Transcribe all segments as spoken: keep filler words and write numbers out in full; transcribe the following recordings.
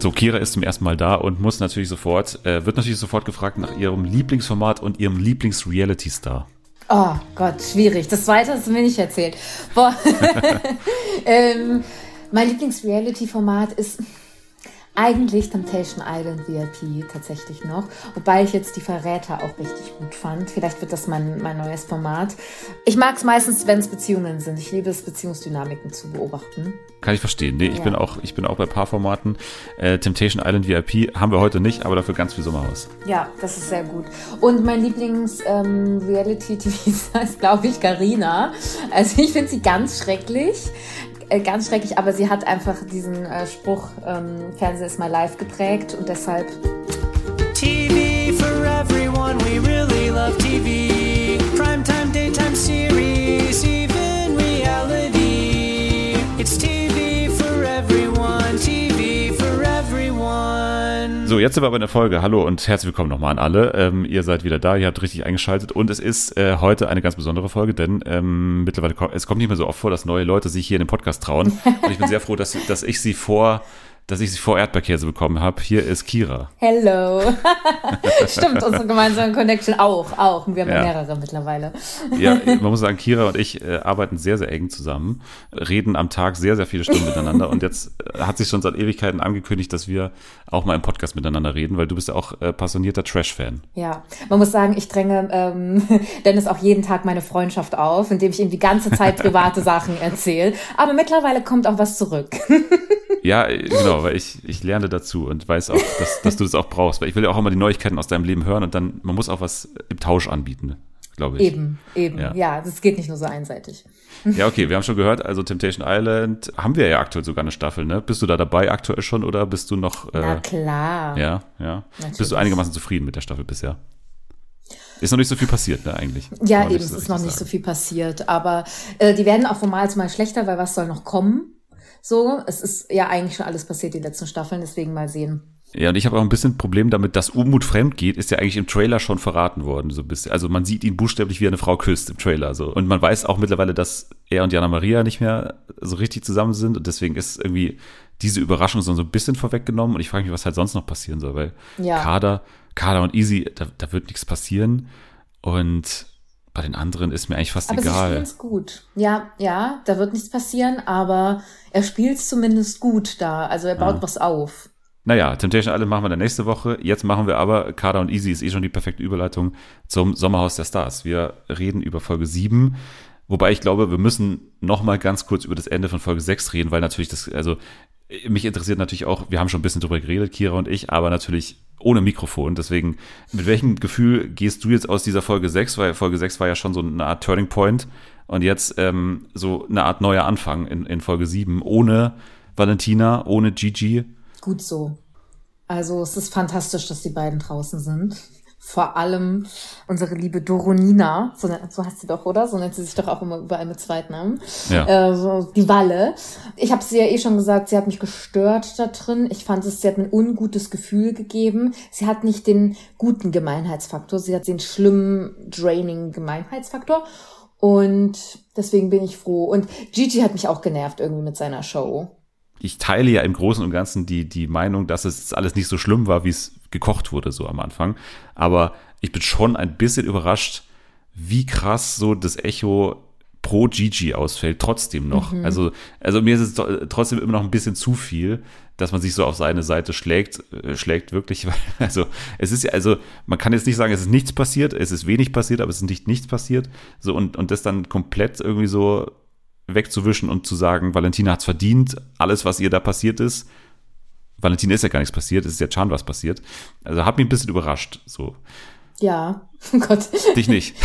So, Kira ist zum ersten Mal da und muss natürlich sofort, äh, wird natürlich sofort gefragt nach ihrem Lieblingsformat und ihrem Lieblings-Reality-Star. Oh Gott, schwierig. Das Zweite hast du mir nicht erzählt. Boah. ähm, mein Lieblings-Reality-Format ist eigentlich Temptation Island V I P tatsächlich noch. Wobei ich jetzt die Verräter auch richtig gut fand. Vielleicht wird das mein, mein neues Format. Ich mag es meistens, wenn es Beziehungen sind. Ich liebe es, Beziehungsdynamiken zu beobachten. Kann ich verstehen. Nee, ich, Ja. bin auch, ich bin auch bei Paarformaten. Äh, Temptation Island V I P haben wir heute nicht, aber dafür ganz viel Sommerhaus. Ja, das ist sehr gut. Und mein Lieblings-Reality-T V ist, glaube ich, Carina. Also ich finde sie ganz schrecklich. Äh, ganz schrecklich, aber sie hat einfach diesen äh, Spruch, ähm, Fernsehen ist mal live geprägt und deshalb... T V for everyone, we really love T V. Primetime, daytime series, even reality. It's T V for everyone, T V for everyone. So, jetzt sind wir aber in der Folge. Hallo und herzlich willkommen nochmal an alle. Ähm, ihr seid wieder da, ihr habt richtig eingeschaltet und es ist äh, heute eine ganz besondere Folge, denn ähm, mittlerweile kommt, es kommt nicht mehr so oft vor, dass neue Leute sich hier in den Podcast trauen und ich bin sehr froh, dass, dass ich sie vor... dass ich sie vor Erdbeerkäse bekommen habe. Hier ist Kira. Hello. Stimmt, unsere gemeinsame Connection auch, auch. Wir haben ja mehrere mittlerweile. Ja, man muss sagen, Kira und ich äh, arbeiten sehr, sehr eng zusammen, reden am Tag sehr, sehr viele Stunden miteinander und jetzt äh, hat sich schon seit Ewigkeiten angekündigt, dass wir auch mal im Podcast miteinander reden, weil du bist ja auch äh, passionierter Trash-Fan. Ja, man muss sagen, ich dränge ähm, Dennis auch jeden Tag meine Freundschaft auf, indem ich ihm die ganze Zeit private Sachen erzähle. Aber mittlerweile kommt auch was zurück. Ja, genau, weil ich, ich lerne dazu und weiß auch, dass, dass du das auch brauchst. Weil ich will ja auch immer die Neuigkeiten aus deinem Leben hören und dann, man muss auch was im Tausch anbieten, glaube ich. Eben, eben. Ja. ja, das geht nicht nur so einseitig. Ja, okay, wir haben schon gehört, also Temptation Island haben wir ja aktuell sogar eine Staffel, ne? Bist du da dabei aktuell schon oder bist du noch... Äh, Na klar. Ja, ja. Natürlich. Bist du einigermaßen zufrieden mit der Staffel bisher? Ist noch nicht so viel passiert, ne, eigentlich. Ja, eben, es ist noch nicht sagen. so viel passiert, aber äh, die werden auch von Mal zu Mal schlechter, weil was soll noch kommen? So, es ist ja eigentlich schon alles passiert, die letzten Staffeln, deswegen mal sehen. Ja, und ich habe auch ein bisschen ein Problem damit, dass Umut fremd geht, ist ja eigentlich im Trailer schon verraten worden, so ein bisschen. Also man sieht ihn buchstäblich, wie er eine Frau küsst im Trailer, so. Und man weiß auch mittlerweile, dass er und Jana Maria nicht mehr so richtig zusammen sind und deswegen ist irgendwie diese Überraschung so ein bisschen vorweggenommen und ich frage mich, was halt sonst noch passieren soll, weil ja. Kader, Kader und Easy, da, da wird nichts passieren und bei den anderen ist mir eigentlich fast aber egal. Aber sie spielen's gut. Ja, ja, da wird nichts passieren, aber er spielt's zumindest gut da. Also er baut ja. was auf. Naja, Temptation Island machen wir dann nächste Woche. Jetzt machen wir aber, Kader und Easy ist eh schon die perfekte Überleitung zum Sommerhaus der Stars. Wir reden über Folge sieben. Wobei ich glaube, wir müssen noch mal ganz kurz über das Ende von Folge sechs reden, weil natürlich das, also mich interessiert natürlich auch, wir haben schon ein bisschen drüber geredet, Kira und ich, aber natürlich ohne Mikrofon. Deswegen, mit welchem Gefühl gehst du jetzt aus dieser Folge sechs? Weil Folge sechs war ja schon so eine Art Turning Point und jetzt ähm, so eine Art neuer Anfang in, in Folge sieben, ohne Valentina, ohne Gigi. Gut so. Also es ist fantastisch, dass die beiden draußen sind. Vor allem unsere liebe Doronina, so, so heißt sie doch, oder? So nennt sie sich doch auch immer überall mit Zweitnamen. Ja. Äh, so, die Walle. Ich habe sie ja eh schon gesagt, sie hat mich gestört da drin. Ich fand es, sie hat mir ein ungutes Gefühl gegeben. Sie hat nicht den guten Gemeinheitsfaktor, sie hat den schlimmen, draining Gemeinheitsfaktor. Und deswegen bin ich froh. Und Gigi hat mich auch genervt irgendwie mit seiner Show. Ich teile ja im Großen und Ganzen die, die Meinung, dass es alles nicht so schlimm war, wie es gekocht wurde so am Anfang. Aber ich bin schon ein bisschen überrascht, wie krass so das Echo pro Gigi ausfällt, trotzdem noch. Mhm. Also, also mir ist es trotzdem immer noch ein bisschen zu viel, dass man sich so auf seine Seite schlägt, äh, schlägt wirklich. Also es ist ja, also man kann jetzt nicht sagen, es ist nichts passiert, es ist wenig passiert, aber es ist nicht nichts passiert. So und, und das dann komplett irgendwie so wegzuwischen und zu sagen, Valentina hat's verdient, alles, was ihr da passiert ist. Valentina ist ja gar nichts passiert, es ist ja Can was passiert. Also hat mich ein bisschen überrascht, so. Ja, oh Gott. Dich nicht.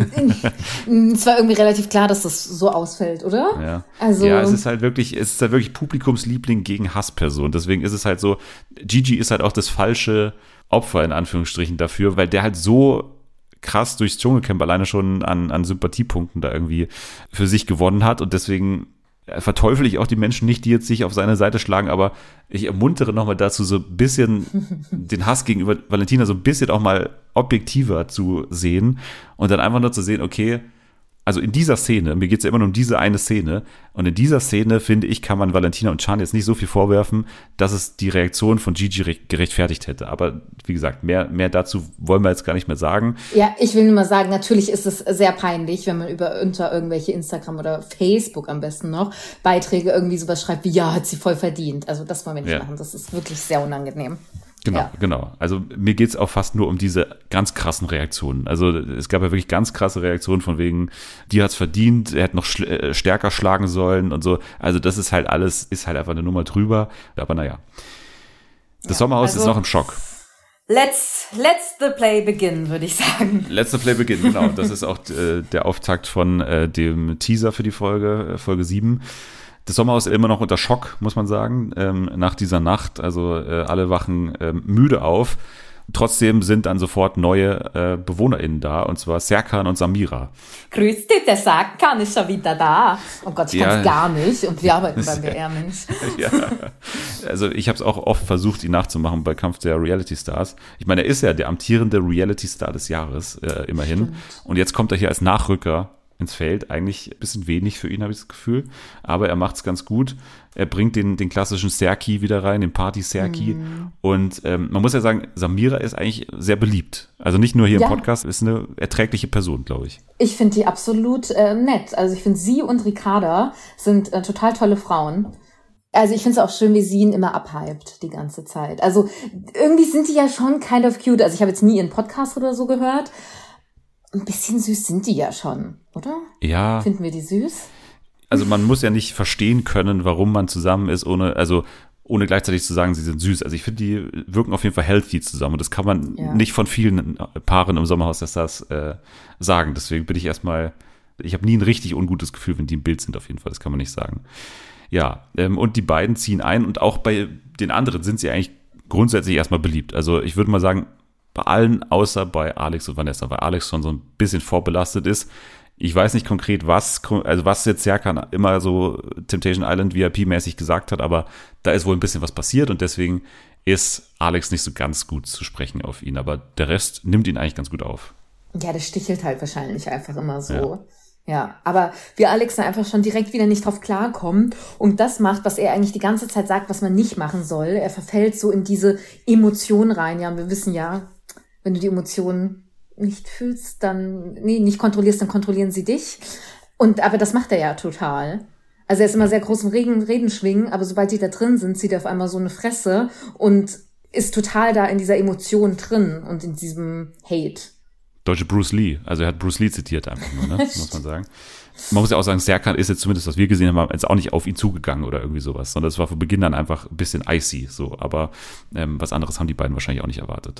Es war irgendwie relativ klar, dass das so ausfällt, oder? Ja. Also ja, es ist halt wirklich, es ist halt wirklich Publikumsliebling gegen Hassperson. Deswegen ist es halt so, Gigi ist halt auch das falsche Opfer in Anführungsstrichen dafür, weil der halt so krass durchs Dschungelcamp alleine schon an, an Sympathiepunkten da irgendwie für sich gewonnen hat und deswegen verteufel ich auch die Menschen nicht, die jetzt sich auf seine Seite schlagen, aber ich ermuntere nochmal dazu, so ein bisschen den Hass gegenüber Valentina so ein bisschen auch mal objektiver zu sehen und dann einfach nur zu sehen, okay, also in dieser Szene, mir geht es ja immer nur um diese eine Szene, und in dieser Szene, finde ich, kann man Valentina und Can jetzt nicht so viel vorwerfen, dass es die Reaktion von Gigi gerechtfertigt hätte. Aber wie gesagt, mehr, mehr dazu wollen wir jetzt gar nicht mehr sagen. Ja, ich will nur mal sagen, natürlich ist es sehr peinlich, wenn man über unter irgendwelche Instagram oder Facebook am besten noch Beiträge irgendwie sowas schreibt wie, ja, hat sie voll verdient. Also das wollen wir nicht Ja. machen, das ist wirklich sehr unangenehm. Genau, Ja. genau. Also mir geht's auch fast nur um diese ganz krassen Reaktionen. Also es gab ja wirklich ganz krasse Reaktionen von wegen, die hat's verdient, er hätte noch schl- äh, stärker schlagen sollen und so. Also das ist halt alles, ist halt einfach eine Nummer drüber. Aber naja. Das Ja, Sommerhaus also- ist noch im Schock. Let's, let's the play begin, würde ich sagen. Letzter Play beginnt, genau. Das ist auch äh, der Auftakt von äh, dem Teaser für die Folge, äh, Folge sieben. Das Sommerhaus ist immer noch unter Schock, muss man sagen, ähm, nach dieser Nacht. Also äh, alle wachen ähm, müde auf. Trotzdem sind dann sofort neue äh, BewohnerInnen da, und zwar Serkan und Samira. Grüß dich, der Serkan ist schon wieder da. Oh Gott, ich Ja. kann's gar nicht. Und wir arbeiten beim B R, Mensch. Ja. Also ich habe es auch oft versucht, ihn nachzumachen bei Kampf der Reality Stars. Ich meine, er ist ja der amtierende Reality Star des Jahres, äh, immerhin. Stimmt. Und jetzt kommt er hier als Nachrücker ins Feld. Eigentlich ein bisschen wenig für ihn, habe ich das Gefühl. Aber er macht es ganz gut. Er bringt den, den klassischen Serki wieder rein, den Party-Serki. Mhm. Und ähm, man muss ja sagen, Samira ist eigentlich sehr beliebt. Also nicht nur hier Ja. im Podcast, ist eine erträgliche Person, glaube ich. Ich finde die absolut äh, nett. Also ich finde, sie und Ricarda sind äh, total tolle Frauen. Also ich finde es auch schön, wie sie ihn immer abhypt die ganze Zeit. Also irgendwie sind die ja schon kind of cute. Also ich habe jetzt nie ihren Podcast oder so gehört. Ein bisschen süß sind die ja schon, oder? Ja. Finden wir die süß? Also man muss ja nicht verstehen können, warum man zusammen ist, ohne, also ohne gleichzeitig zu sagen, sie sind süß. Also ich finde, die wirken auf jeden Fall healthy zusammen, und das kann man Ja. nicht von vielen Paaren im Sommerhaus der Stars äh, sagen. Deswegen bin ich erstmal, ich habe nie ein richtig ungutes Gefühl, wenn die im Bild sind, auf jeden Fall, das kann man nicht sagen. Ja, ähm, und die beiden ziehen ein, und auch bei den anderen sind sie eigentlich grundsätzlich erstmal beliebt. Also ich würde mal sagen, bei allen außer bei Alex und Vanessa, weil Alex schon so ein bisschen vorbelastet ist. Ich weiß nicht konkret, was, also was jetzt Serkan immer so Temptation Island V I P-mäßig gesagt hat, aber da ist wohl ein bisschen was passiert, und deswegen ist Alex nicht so ganz gut zu sprechen auf ihn. Aber der Rest nimmt ihn eigentlich ganz gut auf. Ja, das stichelt halt wahrscheinlich einfach immer so. Ja. Ja, aber wir Alex da einfach schon direkt wieder nicht drauf klarkommen und das macht, was er eigentlich die ganze Zeit sagt, was man nicht machen soll. Er verfällt so in diese Emotion rein. Ja, und wir wissen ja, wenn du die Emotionen nicht fühlst, dann, nee, nicht kontrollierst, dann kontrollieren sie dich. Und, aber das macht er ja total. Also er ist immer sehr groß im Reden, Reden schwingen, aber sobald die da drin sind, zieht er auf einmal so eine Fresse und ist total da in dieser Emotion drin und in diesem Hate. Deutsche Bruce Lee, also er hat Bruce Lee zitiert einfach nur, ne? muss man sagen. Man muss ja auch sagen, Serkan ist jetzt zumindest, was wir gesehen haben, jetzt auch nicht auf ihn zugegangen oder irgendwie sowas, sondern es war von Beginn an einfach ein bisschen icy, so. Aber ähm, was anderes haben die beiden wahrscheinlich auch nicht erwartet.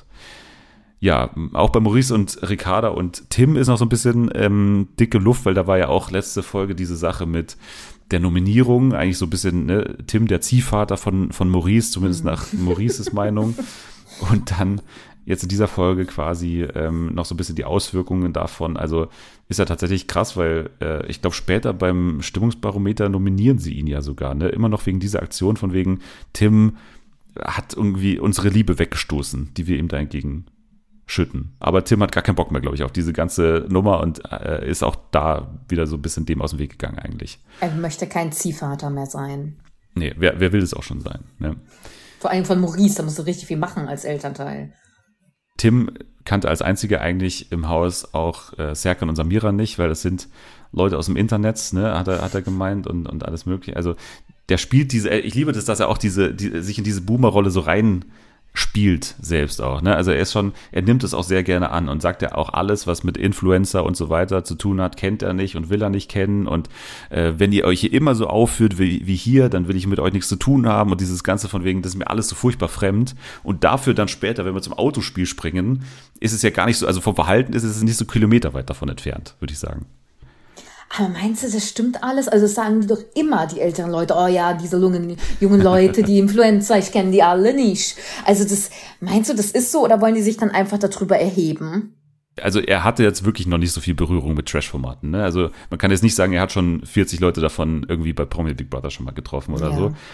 Ja, auch bei Maurice und Ricarda und Tim ist noch so ein bisschen ähm, dicke Luft, weil da war ja auch letzte Folge diese Sache mit der Nominierung, eigentlich so ein bisschen, ne, Tim der Ziehvater von, von Maurice, zumindest nach Maurices Meinung. Und dann jetzt in dieser Folge quasi ähm, noch so ein bisschen die Auswirkungen davon. Also ist ja tatsächlich krass, weil äh, ich glaube, später beim Stimmungsbarometer nominieren sie ihn ja sogar, ne? Immer noch wegen dieser Aktion von wegen, Tim hat irgendwie unsere Liebe weggestoßen, die wir ihm da entgegen schütten. Aber Tim hat gar keinen Bock mehr, glaube ich, auf diese ganze Nummer und äh, ist auch da wieder so ein bisschen dem aus dem Weg gegangen eigentlich. Er möchte kein Ziehvater mehr sein. Nee, wer, wer will es auch schon sein, ne? Vor allem von Maurice, da musst du richtig viel machen als Elternteil. Tim kannte als einziger eigentlich im Haus auch äh, Serkan und Samira nicht, weil das sind Leute aus dem Internet, ne, hat er, hat er gemeint und, und alles mögliche. Also der spielt diese, ich liebe das, dass er auch diese, die, sich in diese Boomer-Rolle so rein spielt selbst auch, ne? Also er ist schon, er nimmt es auch sehr gerne an und sagt ja auch alles, was mit Influencer und so weiter zu tun hat, kennt er nicht und will er nicht kennen und äh, wenn ihr euch hier immer so aufführt wie, wie hier, dann will ich mit euch nichts zu tun haben und dieses Ganze von wegen, das ist mir alles so furchtbar fremd und dafür dann später, wenn wir zum Autospiel springen, ist es ja gar nicht so, also vom Verhalten ist es nicht so kilometerweit davon entfernt, würde ich sagen. Aber meinst du, das stimmt alles? Also das sagen die doch immer, die älteren Leute, oh ja, diese jungen, jungen Leute, die Influencer, ich kenne die alle nicht. Also das, meinst du, das ist so oder wollen die sich dann einfach darüber erheben? Also er hatte jetzt wirklich noch nicht so viel Berührung mit Trash-Formaten, ne? Also man kann jetzt nicht sagen, er hat schon vierzig Leute davon irgendwie bei Promi Big Brother schon mal getroffen oder Ja. so.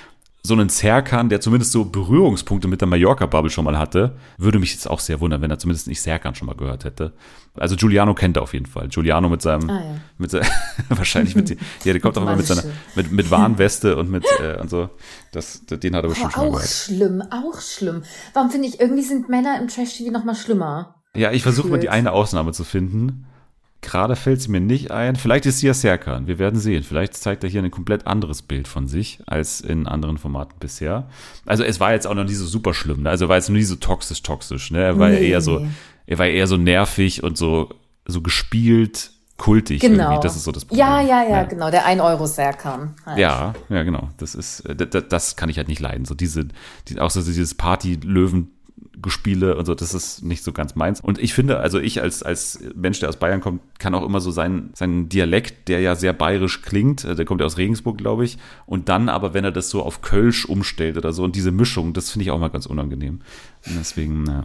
so einen Serkan, der zumindest so Berührungspunkte mit der Mallorca-Bubble schon mal hatte, würde mich jetzt auch sehr wundern, wenn er zumindest nicht Serkan schon mal gehört hätte. Also Giuliano kennt er auf jeden Fall. Giuliano mit seinem, ah, ja. mit se- wahrscheinlich mit, ja, der kommt auch immer mit seiner, mit, mit Warnweste und mit, äh, und so. Das, den hat er bestimmt schon mal gehört. Auch schlimm, auch schlimm. Warum finde ich, irgendwie sind Männer im Trash-T V noch mal schlimmer. Ja, ich versuche mal die eine Ausnahme zu finden. Gerade fällt sie mir nicht ein. Vielleicht ist sie ja Serkan. Wir werden sehen. Vielleicht zeigt er hier ein komplett anderes Bild von sich als in anderen Formaten bisher. Also es war jetzt auch noch nie so super schlimm. Ne? Also er war jetzt nie so toxisch, toxisch. Ne? Er war nee. ja eher so, er war eher so nervig und so, so gespielt, kultig. Genau. Irgendwie. Das ist so das Problem. Ja, ja, ja, ja. genau. Der ein Euro Serkan. Halt. Ja, ja, genau. Das ist, das, das kann ich halt nicht leiden. So diese, die, auch so dieses Party-Löwen- Gespiele und so, das ist nicht so ganz meins. Und ich finde, also ich als, als Mensch, der aus Bayern kommt, kann auch immer so seinen, seinen Dialekt, der ja sehr bayerisch klingt, der kommt ja aus Regensburg, glaube ich, und dann aber, wenn er das so auf Kölsch umstellt oder so und diese Mischung, das finde ich auch mal ganz unangenehm. Und deswegen, na.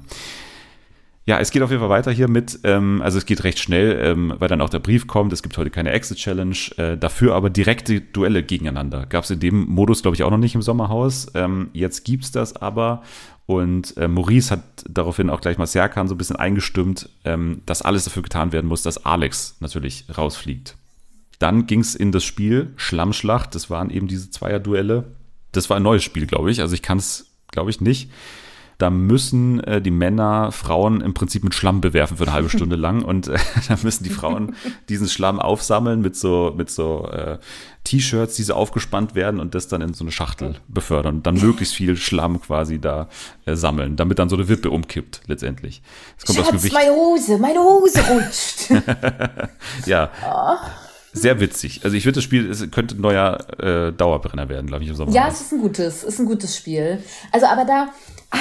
Ja, es geht auf jeden Fall weiter hier mit, ähm, also es geht recht schnell, ähm, weil dann auch der Brief kommt, es gibt heute keine Exit-Challenge, äh, dafür aber direkte Duelle gegeneinander. Gab es in dem Modus, glaube ich, auch noch nicht im Sommerhaus. Ähm, jetzt gibt's das aber. Und äh, Maurice hat daraufhin auch gleich mal Serkan so ein bisschen eingestimmt, ähm, dass alles dafür getan werden muss, dass Alex natürlich rausfliegt. Dann ging es in das Spiel Schlammschlacht. Das waren eben diese Zweierduelle. Das war ein neues Spiel, glaube ich. Also ich kann es, glaube ich, nicht. Da müssen äh, die Männer Frauen im Prinzip mit Schlamm bewerfen für eine halbe Stunde lang. Und äh, da müssen die Frauen diesen Schlamm aufsammeln mit so, mit so äh, T-Shirts, die so aufgespannt werden und das dann in so eine Schachtel befördern und dann möglichst viel Schlamm quasi da äh, sammeln, damit dann so eine Wippe umkippt letztendlich. Es kommt Schatz, aufs Gewicht. meine Hose, meine Hose rutscht. Ja. Oh. Sehr witzig. Also ich finde, das Spiel es könnte ein neuer äh, Dauerbrenner werden, glaube ich, im Sommer. Ja, es ist ein gutes, ist ein gutes Spiel. Also aber da, ah,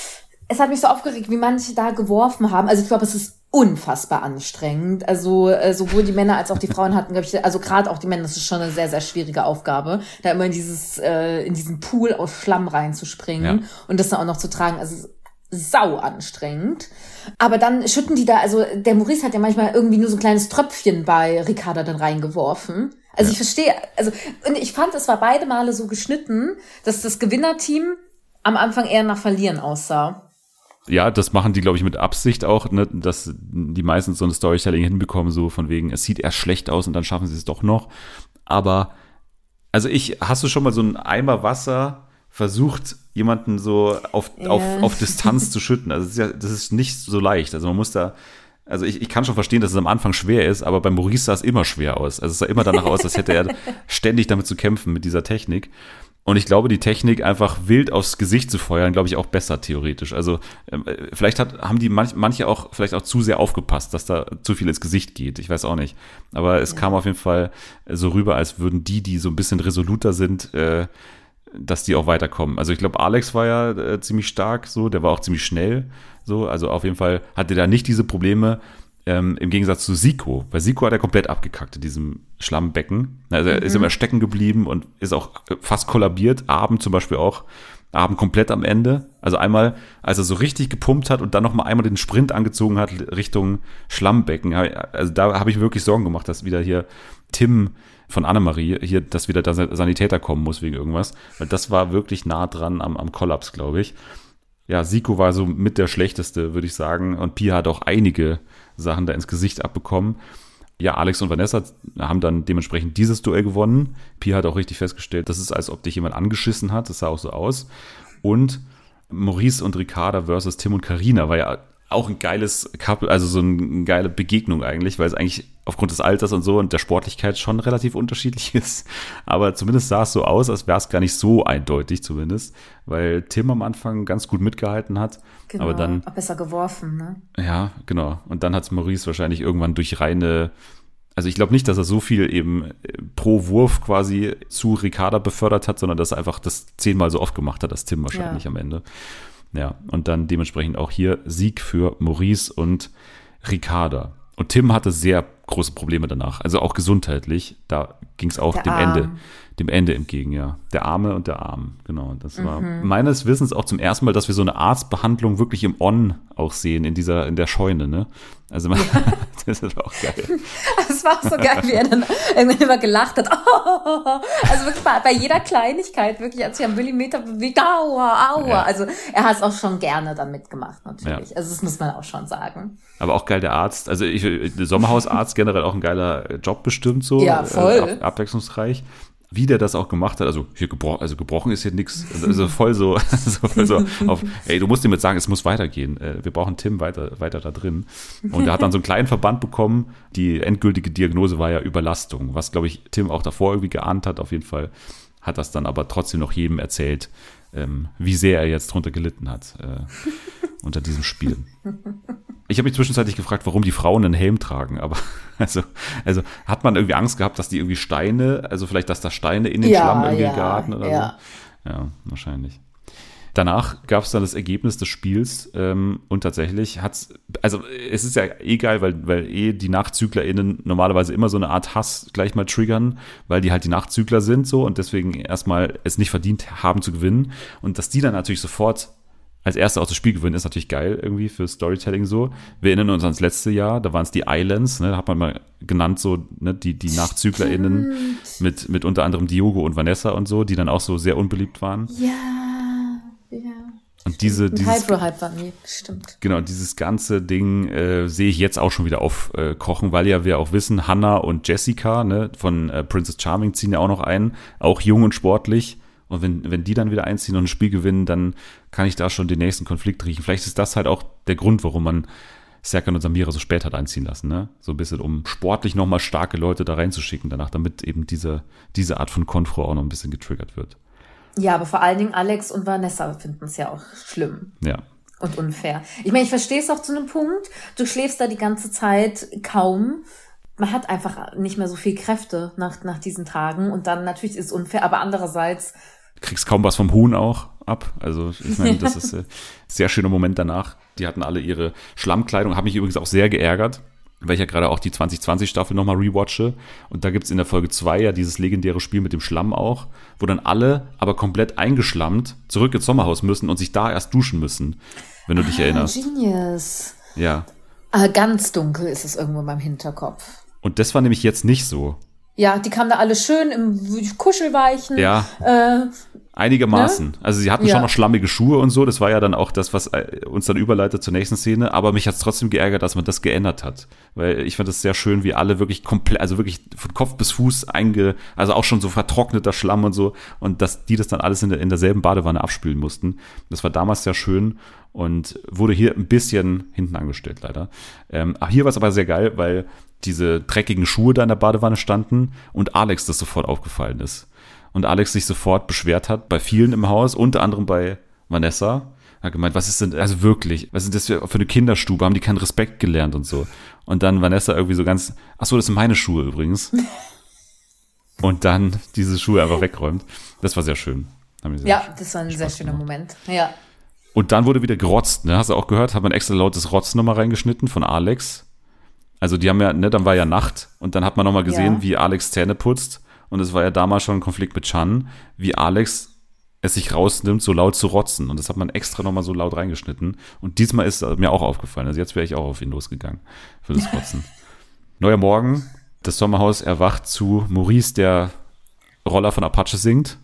es hat mich so aufgeregt, wie manche da geworfen haben. Also ich glaube, es ist unfassbar anstrengend. Also äh, sowohl die Männer als auch die Frauen hatten, glaube ich, also gerade auch die Männer, das ist schon eine sehr, sehr schwierige Aufgabe, da immer in dieses, äh, in diesen Pool aus Schlamm reinzuspringen ja. und das dann auch noch zu tragen. Also sau anstrengend. Aber dann schütten die da, also der Maurice hat ja manchmal irgendwie nur so ein kleines Tröpfchen bei Ricarda dann reingeworfen. Also ja. ich verstehe, also und ich fand, es war beide Male so geschnitten, dass das Gewinnerteam am Anfang eher nach Verlieren aussah. Ja, das machen die, glaube ich, mit Absicht auch, ne, dass die meistens so eine Storytelling hinbekommen, so von wegen, es sieht erst schlecht aus und dann schaffen sie es doch noch. Aber, also ich, hast du schon mal so einen Eimer Wasser versucht, jemanden so auf, yeah. auf, auf Distanz zu schütten? Also das ist, ja, das ist nicht so leicht. Also man muss da, also ich, ich kann schon verstehen, dass es am Anfang schwer ist, aber bei Maurice sah es immer schwer aus. Also es sah immer danach aus, als hätte er ständig damit zu kämpfen mit dieser Technik. Und ich glaube, die Technik einfach wild aufs Gesicht zu feuern, glaube ich, auch besser theoretisch. Also äh, vielleicht hat, haben die manch, manche auch vielleicht auch zu sehr aufgepasst, dass da zu viel ins Gesicht geht. Ich weiß auch nicht. Aber es ja. kam auf jeden Fall so rüber, als würden die, die so ein bisschen resoluter sind, äh, dass die auch weiterkommen. Also ich glaube, Alex war ja äh, ziemlich stark so, der war auch ziemlich schnell so. Also auf jeden Fall hatte der nicht diese Probleme, Ähm, im Gegensatz zu Zico. Bei Zico hat er komplett abgekackt in diesem Schlammbecken. Also er mhm. ist immer stecken geblieben und ist auch fast kollabiert. Abend zum Beispiel auch. Abend komplett am Ende. Also einmal, als er so richtig gepumpt hat und dann noch mal einmal den Sprint angezogen hat Richtung Schlammbecken. Also da habe ich wirklich Sorgen gemacht, dass wieder hier Tim von Annemarie hier, dass wieder der Sanitäter kommen muss wegen irgendwas. Weil das war wirklich nah dran am, am Kollaps, glaube ich. Ja, Zico war so mit der schlechteste, würde ich sagen. Und Pia hat auch einige Sachen da ins Gesicht abbekommen. Ja, Alex und Vanessa haben dann dementsprechend dieses Duell gewonnen. Pia hat auch richtig festgestellt, das ist, als ob dich jemand angeschissen hat. Das sah auch so aus. Und Maurice und Ricarda versus Tim und Carina war ja auch ein geiles Couple, also so eine geile Begegnung eigentlich, weil es eigentlich aufgrund des Alters und so und der Sportlichkeit schon relativ unterschiedlich ist. Aber zumindest sah es so aus, als wäre es gar nicht so eindeutig zumindest, weil Tim am Anfang ganz gut mitgehalten hat. Genau, aber dann auch besser geworfen, ne? Ja, genau. Und dann hat es Maurice wahrscheinlich irgendwann durch reine, also ich glaube nicht, dass er so viel eben pro Wurf quasi zu Ricarda befördert hat, sondern dass er einfach das zehnmal so oft gemacht hat, als Tim wahrscheinlich ja. am Ende. Ja, und dann dementsprechend auch hier Sieg für Maurice und Ricarda. Und Tim hatte sehr große Probleme danach, also auch gesundheitlich. Da ging es auch Der dem Arm. Ende, dem Ende entgegen, ja. Der Arme und der Arm, genau. Das war meines Wissens auch zum ersten Mal, dass wir so eine Arztbehandlung wirklich im On auch sehen, in dieser, in der Scheune, ne? Also man, das ist auch geil. Das war auch so geil, wie er dann irgendwann immer gelacht hat. Also wirklich bei, bei jeder Kleinigkeit, wirklich, als sich ein Millimeter bewegt, aua, aua. Ja. Also er hat es auch schon gerne dann mitgemacht, natürlich. Ja. Also das muss man auch schon sagen. Aber auch geil der Arzt, also ich, der Sommerhausarzt generell auch ein geiler Job bestimmt so. Ja, voll. Äh, ab, abwechslungsreich. Wie der das auch gemacht hat, also hier gebrochen, also gebrochen ist hier nichts, also voll so, so, voll so auf, ey, du musst ihm jetzt sagen, es muss weitergehen, wir brauchen Tim weiter, weiter da drin. Und er hat dann so einen kleinen Verband bekommen, die endgültige Diagnose war ja Überlastung, was, glaube ich, Tim auch davor irgendwie geahnt hat, auf jeden Fall hat das dann aber trotzdem noch jedem erzählt, ähm, wie sehr er jetzt drunter gelitten hat, äh, unter diesem Spiel. Ich habe mich zwischenzeitlich gefragt, warum die Frauen einen Helm tragen, aber also, also hat man irgendwie Angst gehabt, dass die irgendwie Steine, also vielleicht, dass da Steine in den Ja, Schlamm irgendwie ja, geraten oder ja. so? Ja, wahrscheinlich. Danach gab es dann das Ergebnis des Spiels ähm, und tatsächlich hat's, also es ist ja eh geil, weil, weil eh die NachzüglerInnen normalerweise immer so eine Art Hass gleich mal triggern, weil die halt die Nachzügler sind so und deswegen erstmal es nicht verdient haben zu gewinnen und dass die dann natürlich sofort als Erste aus dem Spiel gewinnen, ist natürlich geil irgendwie für Storytelling so. Wir erinnern uns ans letzte Jahr, da waren es die Islands, ne, hat man mal genannt, so, ne, die, die NachzüglerInnen mit, mit unter anderem Diogo und Vanessa und so, die dann auch so sehr unbeliebt waren. Ja, ja. Und diese, Ein dieses, Hydro-Hype war nie, stimmt. genau, dieses ganze Ding äh, sehe ich jetzt auch schon wieder aufkochen, äh, weil ja wir auch wissen, Hannah und Jessica, ne, von äh, Princess Charming ziehen ja auch noch ein, auch jung und sportlich. Und wenn, wenn die dann wieder einziehen und ein Spiel gewinnen, dann kann ich da schon den nächsten Konflikt riechen. Vielleicht ist das halt auch der Grund, warum man Serkan und Samira so spät hat einziehen lassen, ne? So ein bisschen, um sportlich nochmal starke Leute da reinzuschicken danach, damit eben diese, diese Art von Konfro auch noch ein bisschen getriggert wird. Ja, aber vor allen Dingen Alex und Vanessa finden es ja auch schlimm. Ja. Und unfair. Ich meine, ich verstehe es auch zu einem Punkt. Du schläfst da die ganze Zeit kaum. Man hat einfach nicht mehr so viel Kräfte nach, nach diesen Tagen. Und dann natürlich ist es unfair, aber andererseits kriegst kaum was vom Huhn auch ab. Also ich meine, das ist ein sehr schöner Moment danach. Die hatten alle ihre Schlammkleidung. Hat mich übrigens auch sehr geärgert, weil ich ja gerade auch die zwanzig zwanzig Staffel nochmal rewatche. Und da gibt's in der Folge zwei ja dieses legendäre Spiel mit dem Schlamm auch, wo dann alle aber komplett eingeschlammt zurück ins Sommerhaus müssen und sich da erst duschen müssen, wenn du dich ah, erinnerst. Genius. Ja. Ah, ganz dunkel ist es irgendwo in meinem Hinterkopf. Und das war nämlich jetzt nicht so. Ja, die kamen da alle schön im Kuschelweichen. Ja. Äh, Einigermaßen. Ne? Also sie hatten Ja. schon noch schlammige Schuhe und so. Das war ja dann auch das, was uns dann überleitet zur nächsten Szene. Aber mich hat es trotzdem geärgert, dass man das geändert hat. Weil ich fand es sehr schön, wie alle wirklich komplett, also wirklich von Kopf bis Fuß einge, also auch schon so vertrockneter Schlamm und so. Und dass die das dann alles in, der, in derselben Badewanne abspülen mussten. Das war damals sehr schön und wurde hier ein bisschen hinten angestellt, leider. Ähm, hier war es aber sehr geil, weil diese dreckigen Schuhe da in der Badewanne standen und Alex das sofort aufgefallen ist. Und Alex sich sofort beschwert hat, bei vielen im Haus, unter anderem bei Vanessa. Er hat gemeint, was ist denn, also wirklich, was ist das für, für eine Kinderstube? Haben die keinen Respekt gelernt und so? Und dann Vanessa irgendwie so ganz, ach so, das sind meine Schuhe übrigens. Und dann diese Schuhe einfach wegräumt. Das war sehr schön. Sehr ja, das war ein sehr Spaß schöner gemacht. Moment. Ja. Und dann wurde wieder gerotzt, ne? Hast du auch gehört? Hat man extra lautes Rotzen nochmal reingeschnitten von Alex. Also die haben ja, ne, dann war ja Nacht und dann hat man nochmal gesehen, Ja. wie Alex Zähne putzt. Und es war ja damals schon ein Konflikt mit Chan, wie Alex es sich rausnimmt, so laut zu rotzen. Und das hat man extra nochmal so laut reingeschnitten. Und diesmal ist mir auch aufgefallen. Also jetzt wäre ich auch auf ihn losgegangen für das Rotzen. Neuer Morgen, das Sommerhaus erwacht zu Maurice, der Roller von Apache singt.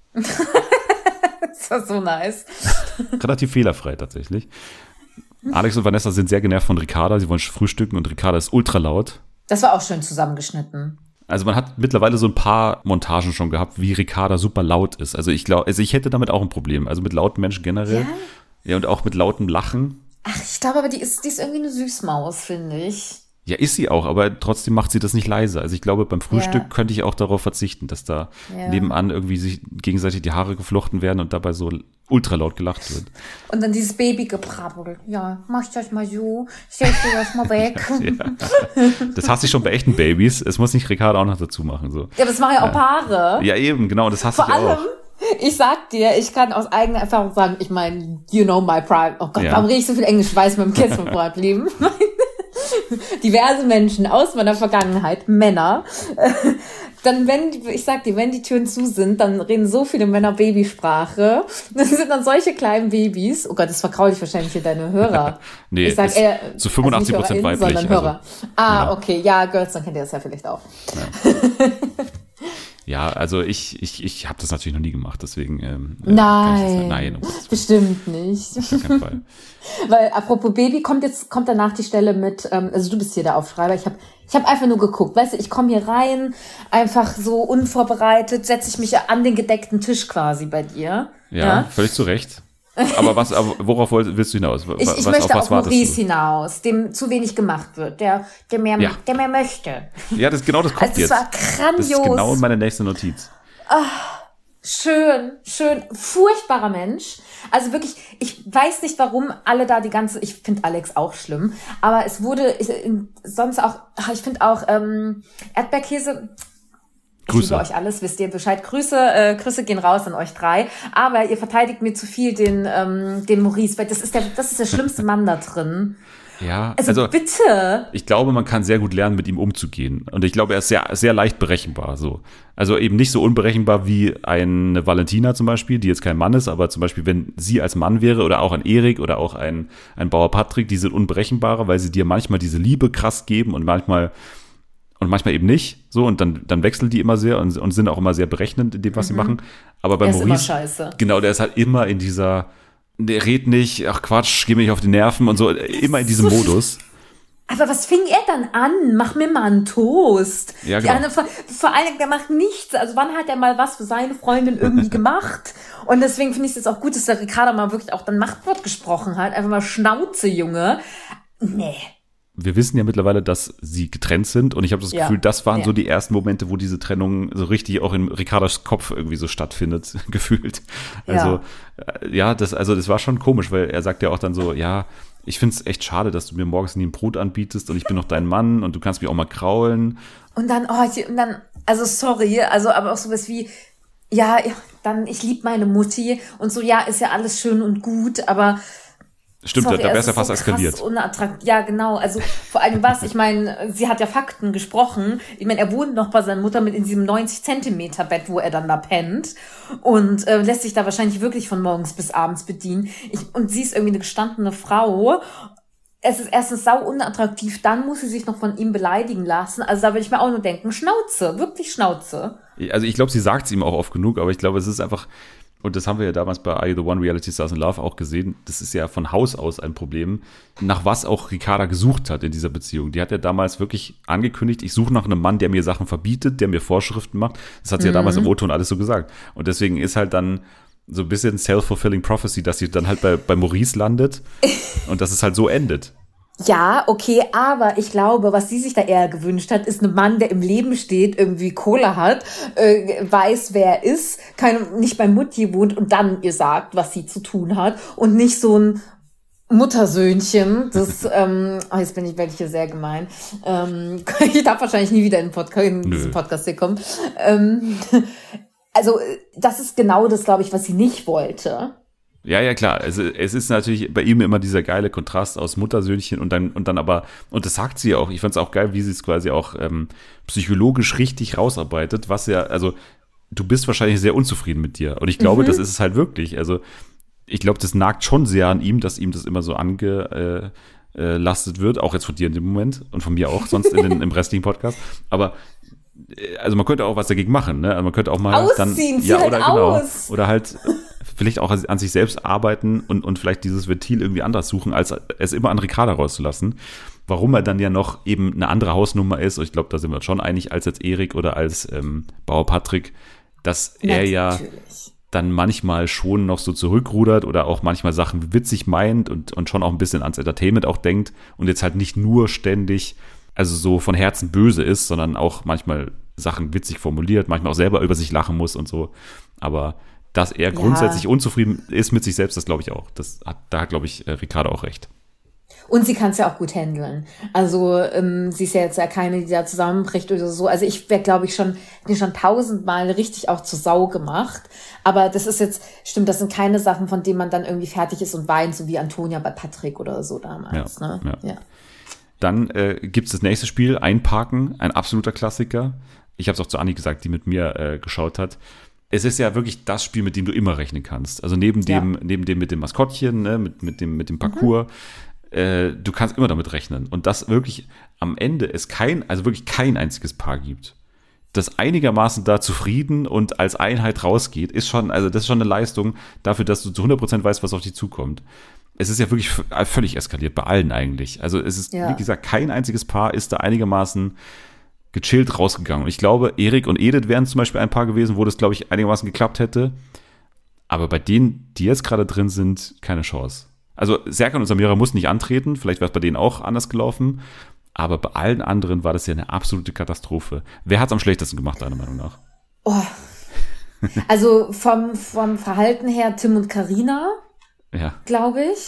Das war so nice. Relativ fehlerfrei tatsächlich. Alex und Vanessa sind sehr genervt von Ricarda. Sie wollen frühstücken und Ricarda ist ultra laut. Das war auch schön zusammengeschnitten. Also man hat mittlerweile so ein paar Montagen schon gehabt, wie Ricarda super laut ist. Also ich glaube, also ich hätte damit auch ein Problem. Also mit lauten Menschen generell. Ja? Ja, und auch mit lautem Lachen. Ach, ich glaube aber, die ist, die ist irgendwie eine Süßmaus, finde ich. Ja, ist sie auch, aber trotzdem macht sie das nicht leise. Also ich glaube, beim Frühstück Ja. könnte ich auch darauf verzichten, dass da Ja. nebenan irgendwie sich gegenseitig die Haare geflochten werden und dabei so ultra laut gelacht wird. Und dann dieses Babygeprabbel. Ja, mach ich das mal so. Stell dir das mal weg. Ja. Das hasse ich schon bei echten Babys. Es muss nicht Ricarda auch noch dazu machen. So. Ja, das machen ja auch Paare. Ja, eben, genau, das hasse Vor ich auch. allem, ich sag dir, ich kann aus eigener Erfahrung sagen, ich meine, you know my prime. Oh Gott, Ja. warum rede ich so viel Englisch? Ich weiß, mit dem Kids mit Privatleben. Diverse Menschen aus meiner Vergangenheit, Männer, dann, wenn, die, ich sag dir, wenn die Türen zu sind, dann reden so viele Männer Babysprache. Das sind dann solche kleinen Babys. Oh Gott, das vergraule ich wahrscheinlich für deine Hörer. nee, ich sag eher, zu fünfundachtzig Prozent also weiblich. Sondern Hörer. Also, ah, ja. okay, ja, Girls, dann kennt ihr das ja vielleicht auch. Ja. Ja, also ich, ich, ich habe das natürlich noch nie gemacht, deswegen ähm, Nein, kann ich das, nein, um bestimmt nicht. auf keinen Fall. Weil apropos Baby, kommt jetzt kommt danach die Stelle mit, ähm, also du bist hier der Aufschreiber, ich habe ich hab einfach nur geguckt, weißt du, ich komme hier rein, einfach so unvorbereitet, setze ich mich an den gedeckten Tisch quasi bei dir. Ja, Ja? völlig zu Recht. Aber was, aber worauf woll- willst du hinaus? Ich, ich was, möchte auf was auf wartest Maurice du? hinaus, dem zu wenig gemacht wird, der, der, mehr, Ja. der mehr möchte. Ja, das genau das kommt Also es jetzt. war grandios. Das ist genau meine nächste Notiz. Schön, schön, furchtbarer Mensch. Also wirklich, ich weiß nicht, warum alle da die ganze, ich finde Alex auch schlimm, aber es wurde ich, sonst auch, ich finde auch ähm, Erdbeerkäse. Ich Grüße. liebe euch alles, wisst ihr Bescheid. Grüße, äh, Grüße gehen raus an euch drei. Aber ihr verteidigt mir zu viel den, ähm, den Maurice, weil das ist der, das ist der schlimmste Mann da drin. Ja, Also, also bitte. ich glaube, man kann sehr gut lernen, mit ihm umzugehen. Und ich glaube, er ist sehr, sehr leicht berechenbar. So. Also eben nicht so unberechenbar wie eine Valentina zum Beispiel, die jetzt kein Mann ist, aber zum Beispiel, wenn sie als Mann wäre oder auch ein Erik oder auch ein, ein Bauer Patrick, die sind unberechenbarer, weil sie dir manchmal diese Liebe krass geben und manchmal und manchmal eben nicht. So, und dann, dann wechseln die immer sehr und, und sind auch immer sehr berechnend in dem, was mhm. sie machen. Aber bei Er ist immer Maurice, scheiße. genau, der ist halt immer in dieser, der redet nicht, ach Quatsch, geh mir nicht auf die Nerven und so, immer in diesem Modus. Aber was fing er dann an? Mach mir mal einen Toast. Ja, Die genau. andere, vor, vor allen Dingen, der macht nichts. Also wann hat er mal was für seine Freundin irgendwie gemacht? Und deswegen finde ich es jetzt auch gut, dass der Ricardo mal wirklich auch dann Machtwort gesprochen hat. Einfach mal Schnauze, Junge. Nee. Wir wissen ja mittlerweile, dass sie getrennt sind und ich habe das Ja. Gefühl, das waren Ja. so die ersten Momente, wo diese Trennung so richtig auch in Ricardos Kopf irgendwie so stattfindet, gefühlt. Also ja, ja das, also das war schon komisch, weil er sagt ja auch dann so, ja, ich finde es echt schade, dass du mir morgens nie ein Brot anbietest und ich bin noch dein Mann und du kannst mich auch mal kraulen. Und dann, oh, ich, und dann, also sorry, also aber auch sowas wie, ja, ja, dann, ich lieb meine Mutti und so, ja, ist ja alles schön und gut, aber Stimmt, sorry, da wäre es es ja ist fast so eskaliert. krass unattraktiv. Ja, genau. Also vor allem was, ich meine, sie hat ja Fakten gesprochen. Ich meine, er wohnt noch bei seiner Mutter mit in diesem neunzig Zentimeter Bett, wo er dann da pennt und äh, lässt sich da wahrscheinlich wirklich von morgens bis abends bedienen. Ich, und sie ist irgendwie eine gestandene Frau. Es ist erstens sau unattraktiv, dann muss sie sich noch von ihm beleidigen lassen. Also da würde ich mir auch nur denken, Schnauze, wirklich Schnauze. Also ich glaube, sie sagt es ihm auch oft genug, aber ich glaube, es ist einfach, und das haben wir ja damals bei Are You the One Reality Stars in Love auch gesehen, das ist ja von Haus aus ein Problem, nach was auch Ricarda gesucht hat in dieser Beziehung. Die hat ja damals wirklich angekündigt, ich suche nach einem Mann, der mir Sachen verbietet, der mir Vorschriften macht. Das hat sie mhm. ja damals im O-Ton alles so gesagt. Und deswegen ist halt dann so ein bisschen self-fulfilling prophecy, dass sie dann halt bei, bei Maurice landet und dass es halt so endet. Ja, okay, aber ich glaube, was sie sich da eher gewünscht hat, ist ein Mann, der im Leben steht, irgendwie Kohle hat, äh, weiß, wer er ist, keine, nicht bei Mutti wohnt und dann ihr sagt, was sie zu tun hat und nicht so ein Muttersöhnchen, das, ähm, oh, jetzt bin ich wirklich hier sehr gemein, ähm, ich darf wahrscheinlich nie wieder in, Podcast, in diesen Podcast hier kommen, ähm, also das ist genau das, glaube ich, was sie nicht wollte. Ja, ja, klar. Also, es ist natürlich bei ihm immer dieser geile Kontrast aus Muttersöhnchen und dann, und dann aber, und das sagt sie auch, ich fand es auch geil, wie sie es quasi auch ähm, psychologisch richtig rausarbeitet, was ja, also, du bist wahrscheinlich sehr unzufrieden mit dir. Und ich glaube, mhm. das ist es halt wirklich. Also, ich glaube, das nagt schon sehr an ihm, dass ihm das immer so angelastet äh, äh, wird, auch jetzt von dir in dem Moment und von mir auch, sonst in den, im restlichen Podcast. Aber also man könnte auch was dagegen machen, ne? Also man könnte auch mal Ausziehen, dann ja halt oder genau aus. oder halt vielleicht auch an sich selbst arbeiten und und vielleicht dieses Ventil irgendwie anders suchen, als es immer an Ricarda rauszulassen. Warum er dann ja noch eben eine andere Hausnummer ist, und ich glaube, da sind wir uns schon einig, als jetzt Erik oder als ähm, Bauer Patrick, dass er Natürlich. ja dann manchmal schon noch so zurückrudert oder auch manchmal Sachen witzig meint und und schon auch ein bisschen ans Entertainment auch denkt und jetzt halt nicht nur ständig also so von Herzen böse ist, sondern auch manchmal Sachen witzig formuliert, manchmal auch selber über sich lachen muss und so. Aber dass er ja. grundsätzlich unzufrieden ist mit sich selbst, das glaube ich auch. Das hat, da hat, glaube ich, Ricarda auch recht. Und sie kann es ja auch gut handeln. Also ähm, sie ist ja jetzt ja keine, die da zusammenbricht oder so. Also ich wäre, glaube ich, schon mir schon tausendmal richtig auch zur Sau gemacht. Aber das ist jetzt, stimmt, das sind keine Sachen, von denen man dann irgendwie fertig ist und weint, so wie Antonia bei Patrick oder so damals. Ja, ne? ja. ja. Dann äh, gibt es das nächste Spiel, Einparken, ein absoluter Klassiker. ich habe es auch zu Anni gesagt, die mit mir äh, geschaut hat, es ist ja wirklich das Spiel, mit dem du immer rechnen kannst. Also neben dem, ja. neben dem mit dem Maskottchen, ne, mit, mit, dem, mit dem Parcours, mhm. äh, du kannst immer damit rechnen. Und dass wirklich am Ende es kein, also wirklich kein einziges Paar gibt, das einigermaßen da zufrieden und als Einheit rausgeht, ist schon, also das ist schon eine Leistung dafür, dass du zu hundert Prozent weißt, was auf dich zukommt. Es ist ja wirklich völlig eskaliert, bei allen eigentlich. Also es ist, ja. wie gesagt, kein einziges Paar ist da einigermaßen gechillt rausgegangen. Und ich glaube, Erik und Edith wären zum Beispiel ein Paar gewesen, wo das, glaube ich, einigermaßen geklappt hätte. Aber bei denen, die jetzt gerade drin sind, keine Chance. Also Serkan und Samira mussten nicht antreten, vielleicht wäre es bei denen auch anders gelaufen. Aber bei allen anderen war das ja eine absolute Katastrophe. Wer hat es am schlechtesten gemacht, deiner Meinung nach? Oh. Also vom, vom Verhalten her Tim und Carina, ja. glaube ich.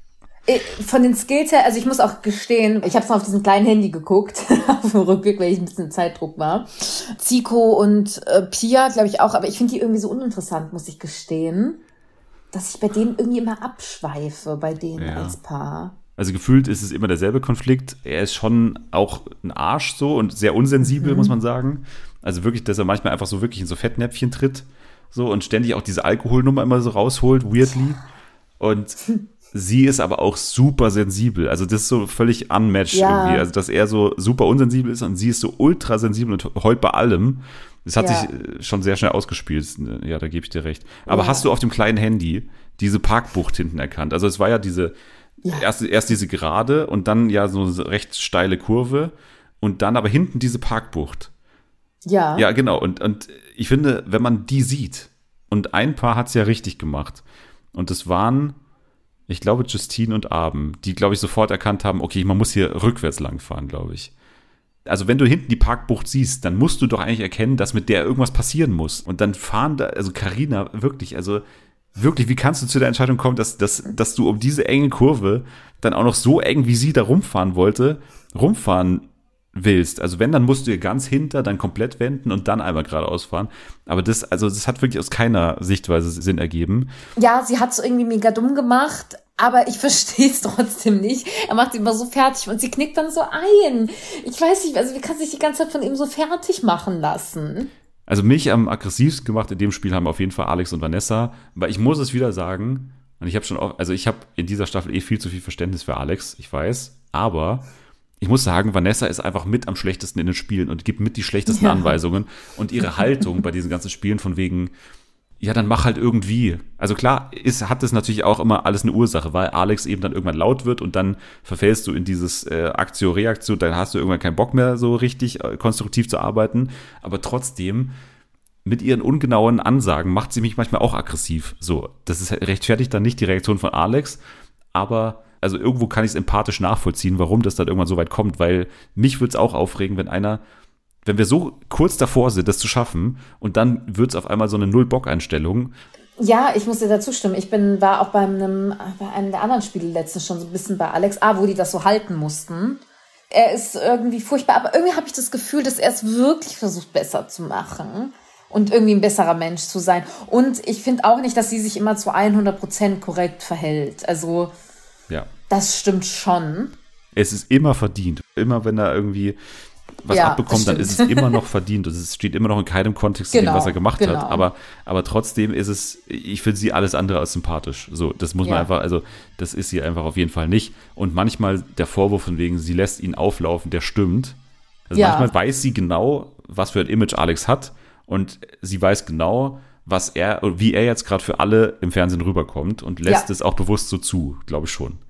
Von den Skills her, also ich muss auch gestehen, ich habe es mal auf diesem kleinen Handy geguckt, auf dem Rückblick, weil ich ein bisschen im Zeitdruck war. Zico und äh, Pia, glaube ich auch, aber ich finde die irgendwie so uninteressant, muss ich gestehen, dass ich bei denen irgendwie immer abschweife, bei denen ja. als Paar. Also gefühlt ist es immer derselbe Konflikt. Er ist schon auch ein Arsch so und sehr unsensibel, mhm. muss man sagen. Also wirklich, dass er manchmal einfach so wirklich in so Fettnäpfchen tritt so und ständig auch diese Alkoholnummer immer so rausholt, weirdly. Und sie ist aber auch super sensibel. Also das ist so völlig unmatched ja. irgendwie. Also dass er so super unsensibel ist und sie ist so ultra sensibel und heult bei allem. Das hat ja. sich schon sehr schnell ausgespielt. Ja, da gebe ich dir recht. Aber ja. hast du auf dem kleinen Handy diese Parkbucht hinten erkannt? Also es war ja diese, ja. Erst, erst diese Gerade und dann ja so eine recht steile Kurve und dann aber hinten diese Parkbucht. Ja. Ja, genau. Und, und ich finde, wenn man die sieht, und ein Paar hat es ja richtig gemacht. Und das waren, ich glaube, Justine und Abend, die, glaube ich, sofort erkannt haben, okay, man muss hier rückwärts langfahren, glaube ich. Also wenn du hinten die Parkbucht siehst, dann musst du doch eigentlich erkennen, dass mit der irgendwas passieren muss. Und dann fahren da, also Carina, wirklich, also wirklich, wie kannst du zu der Entscheidung kommen, dass, dass, dass du um diese enge Kurve dann auch noch so eng, wie sie da rumfahren wollte, rumfahren willst? Also wenn, dann musst du ihr ganz hinter, dann komplett wenden und dann einmal geradeaus fahren. Aber das, also das hat wirklich aus keiner Sichtweise Sinn ergeben. Ja, sie hat es irgendwie mega dumm gemacht, aber ich verstehe es trotzdem nicht. Er macht sie immer so fertig und sie knickt dann so ein. Ich weiß nicht, also wie kann sich die ganze Zeit von ihm so fertig machen lassen? Also mich am aggressivsten gemacht in dem Spiel haben auf jeden Fall Alex und Vanessa, weil ich muss es wieder sagen, und ich habe schon auch, also ich habe in dieser Staffel eh viel zu viel Verständnis für Alex, ich weiß, aber ich muss sagen, Vanessa ist einfach mit am schlechtesten in den Spielen und gibt mit die schlechtesten ja. Anweisungen und ihre Haltung bei diesen ganzen Spielen von wegen, ja, dann mach halt irgendwie. Also klar, ist, hat das natürlich auch immer alles eine Ursache, weil Alex eben dann irgendwann laut wird und dann verfällst du in dieses äh, Aktio-Reaktio, dann hast du irgendwann keinen Bock mehr, so richtig äh, konstruktiv zu arbeiten. Aber trotzdem, mit ihren ungenauen Ansagen macht sie mich manchmal auch aggressiv. So, das ist rechtfertigt dann nicht die Reaktion von Alex, aber also irgendwo kann ich es empathisch nachvollziehen, warum das dann irgendwann so weit kommt, weil mich würde es auch aufregen, wenn einer, wenn wir so kurz davor sind, das zu schaffen und dann wird es auf einmal so eine Null-Bock-Einstellung. Ja, ich muss dir dazu stimmen. Ich bin, war auch bei einem, bei einem der anderen Spiele letztens schon so ein bisschen bei Alex, ah, wo die das so halten mussten. Er ist irgendwie furchtbar, aber irgendwie habe ich das Gefühl, dass er es wirklich versucht, besser zu machen und irgendwie ein besserer Mensch zu sein. Und ich finde auch nicht, dass sie sich immer zu hundert Prozent korrekt verhält. Also ja. Das stimmt schon. Es ist immer verdient. Immer wenn er irgendwie was ja, abbekommt, dann ist es immer noch verdient. Und es steht immer noch in keinem Kontext zu genau, dem, was er gemacht genau. hat. Aber, aber trotzdem ist es, ich finde sie alles andere als sympathisch. So, das muss man ja. einfach, also das ist sie einfach auf jeden Fall nicht. Und manchmal der Vorwurf von wegen, sie lässt ihn auflaufen, der stimmt. Also ja. manchmal weiß sie genau, was für ein Image Alex hat. Und sie weiß genau, was er, wie er jetzt gerade für alle im Fernsehen rüberkommt und lässt ja. es auch bewusst so zu, glaube ich schon.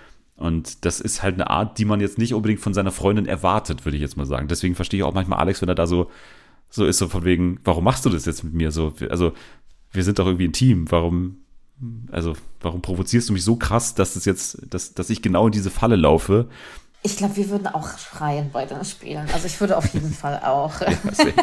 Und das ist halt eine Art, die man jetzt nicht unbedingt von seiner Freundin erwartet, würde ich jetzt mal sagen. Deswegen verstehe ich auch manchmal Alex, wenn er da so, so ist, so von wegen, warum machst du das jetzt mit mir? So, also, wir sind doch irgendwie ein Team. Warum, also, warum provozierst du mich so krass, dass das jetzt, dass, dass ich genau in diese Falle laufe? Ich glaube, wir würden auch schreien bei den Spielen. Also, ich würde auf jeden Fall auch. Ja,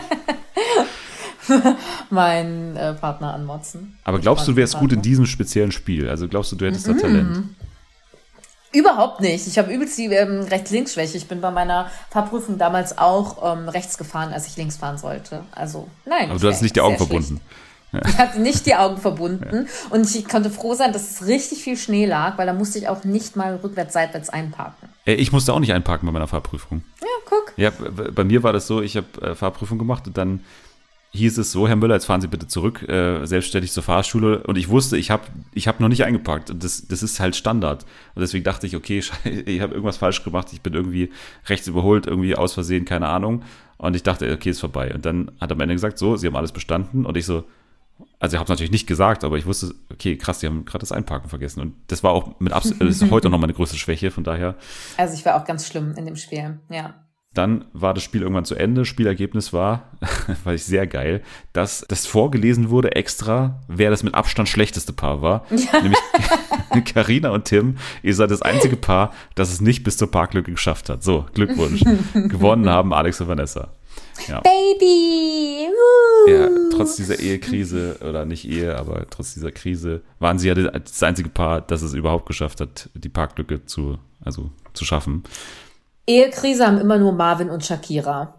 meinen äh, Partner anmotzen. Aber glaubst du, du wärst gut in diesem speziellen Spiel? Also glaubst du, du hättest da Talent? Überhaupt nicht. Ich habe übelst die ähm, Rechts-Links-Schwäche. Ich bin bei meiner Fahrprüfung damals auch ähm, rechts gefahren, als ich links fahren sollte. Also nein. Aber du hast nicht die Augen verbunden. Ja. Ich hatte nicht die Augen verbunden. Ja. Und ich konnte froh sein, dass es richtig viel Schnee lag, weil da musste ich auch nicht mal rückwärts, seitwärts einparken. Ich musste auch nicht einparken bei meiner Fahrprüfung. Ja, guck. Ja, bei mir war das so, ich habe äh, Fahrprüfung gemacht und dann hieß es so, Herr Müller, jetzt fahren Sie bitte zurück, äh, selbstständig zur Fahrschule. Und ich wusste, ich habe ich hab noch nicht eingeparkt. Und das, das ist halt Standard. Und deswegen dachte ich, okay, ich habe irgendwas falsch gemacht. Ich bin irgendwie rechts überholt, irgendwie aus Versehen, keine Ahnung. Und ich dachte, okay, ist vorbei. Und dann hat er am Ende gesagt, so, Sie haben alles bestanden. Und ich so, also ich habe es natürlich nicht gesagt, aber ich wusste, okay, krass, die haben gerade das Einparken vergessen. Und das war auch mit Absicht, das ist heute noch meine größte Schwäche, von daher. Also ich war auch ganz schlimm in dem Spiel, ja. Dann war das Spiel irgendwann zu Ende. Spielergebnis war, war ich sehr geil, dass das vorgelesen wurde extra, wer das mit Abstand schlechteste Paar war. Ja. Nämlich Carina und Tim. Ihr seid das einzige Paar, das es nicht bis zur Parklücke geschafft hat. So, Glückwunsch. Gewonnen haben Alex und Vanessa. Ja. Baby! Woo. Ja, trotz dieser Ehekrise, oder nicht Ehe, aber trotz dieser Krise, waren sie ja das einzige Paar, das es überhaupt geschafft hat, die Parklücke zu, also, zu schaffen. Ehekrise haben immer nur Marvin und Shakira.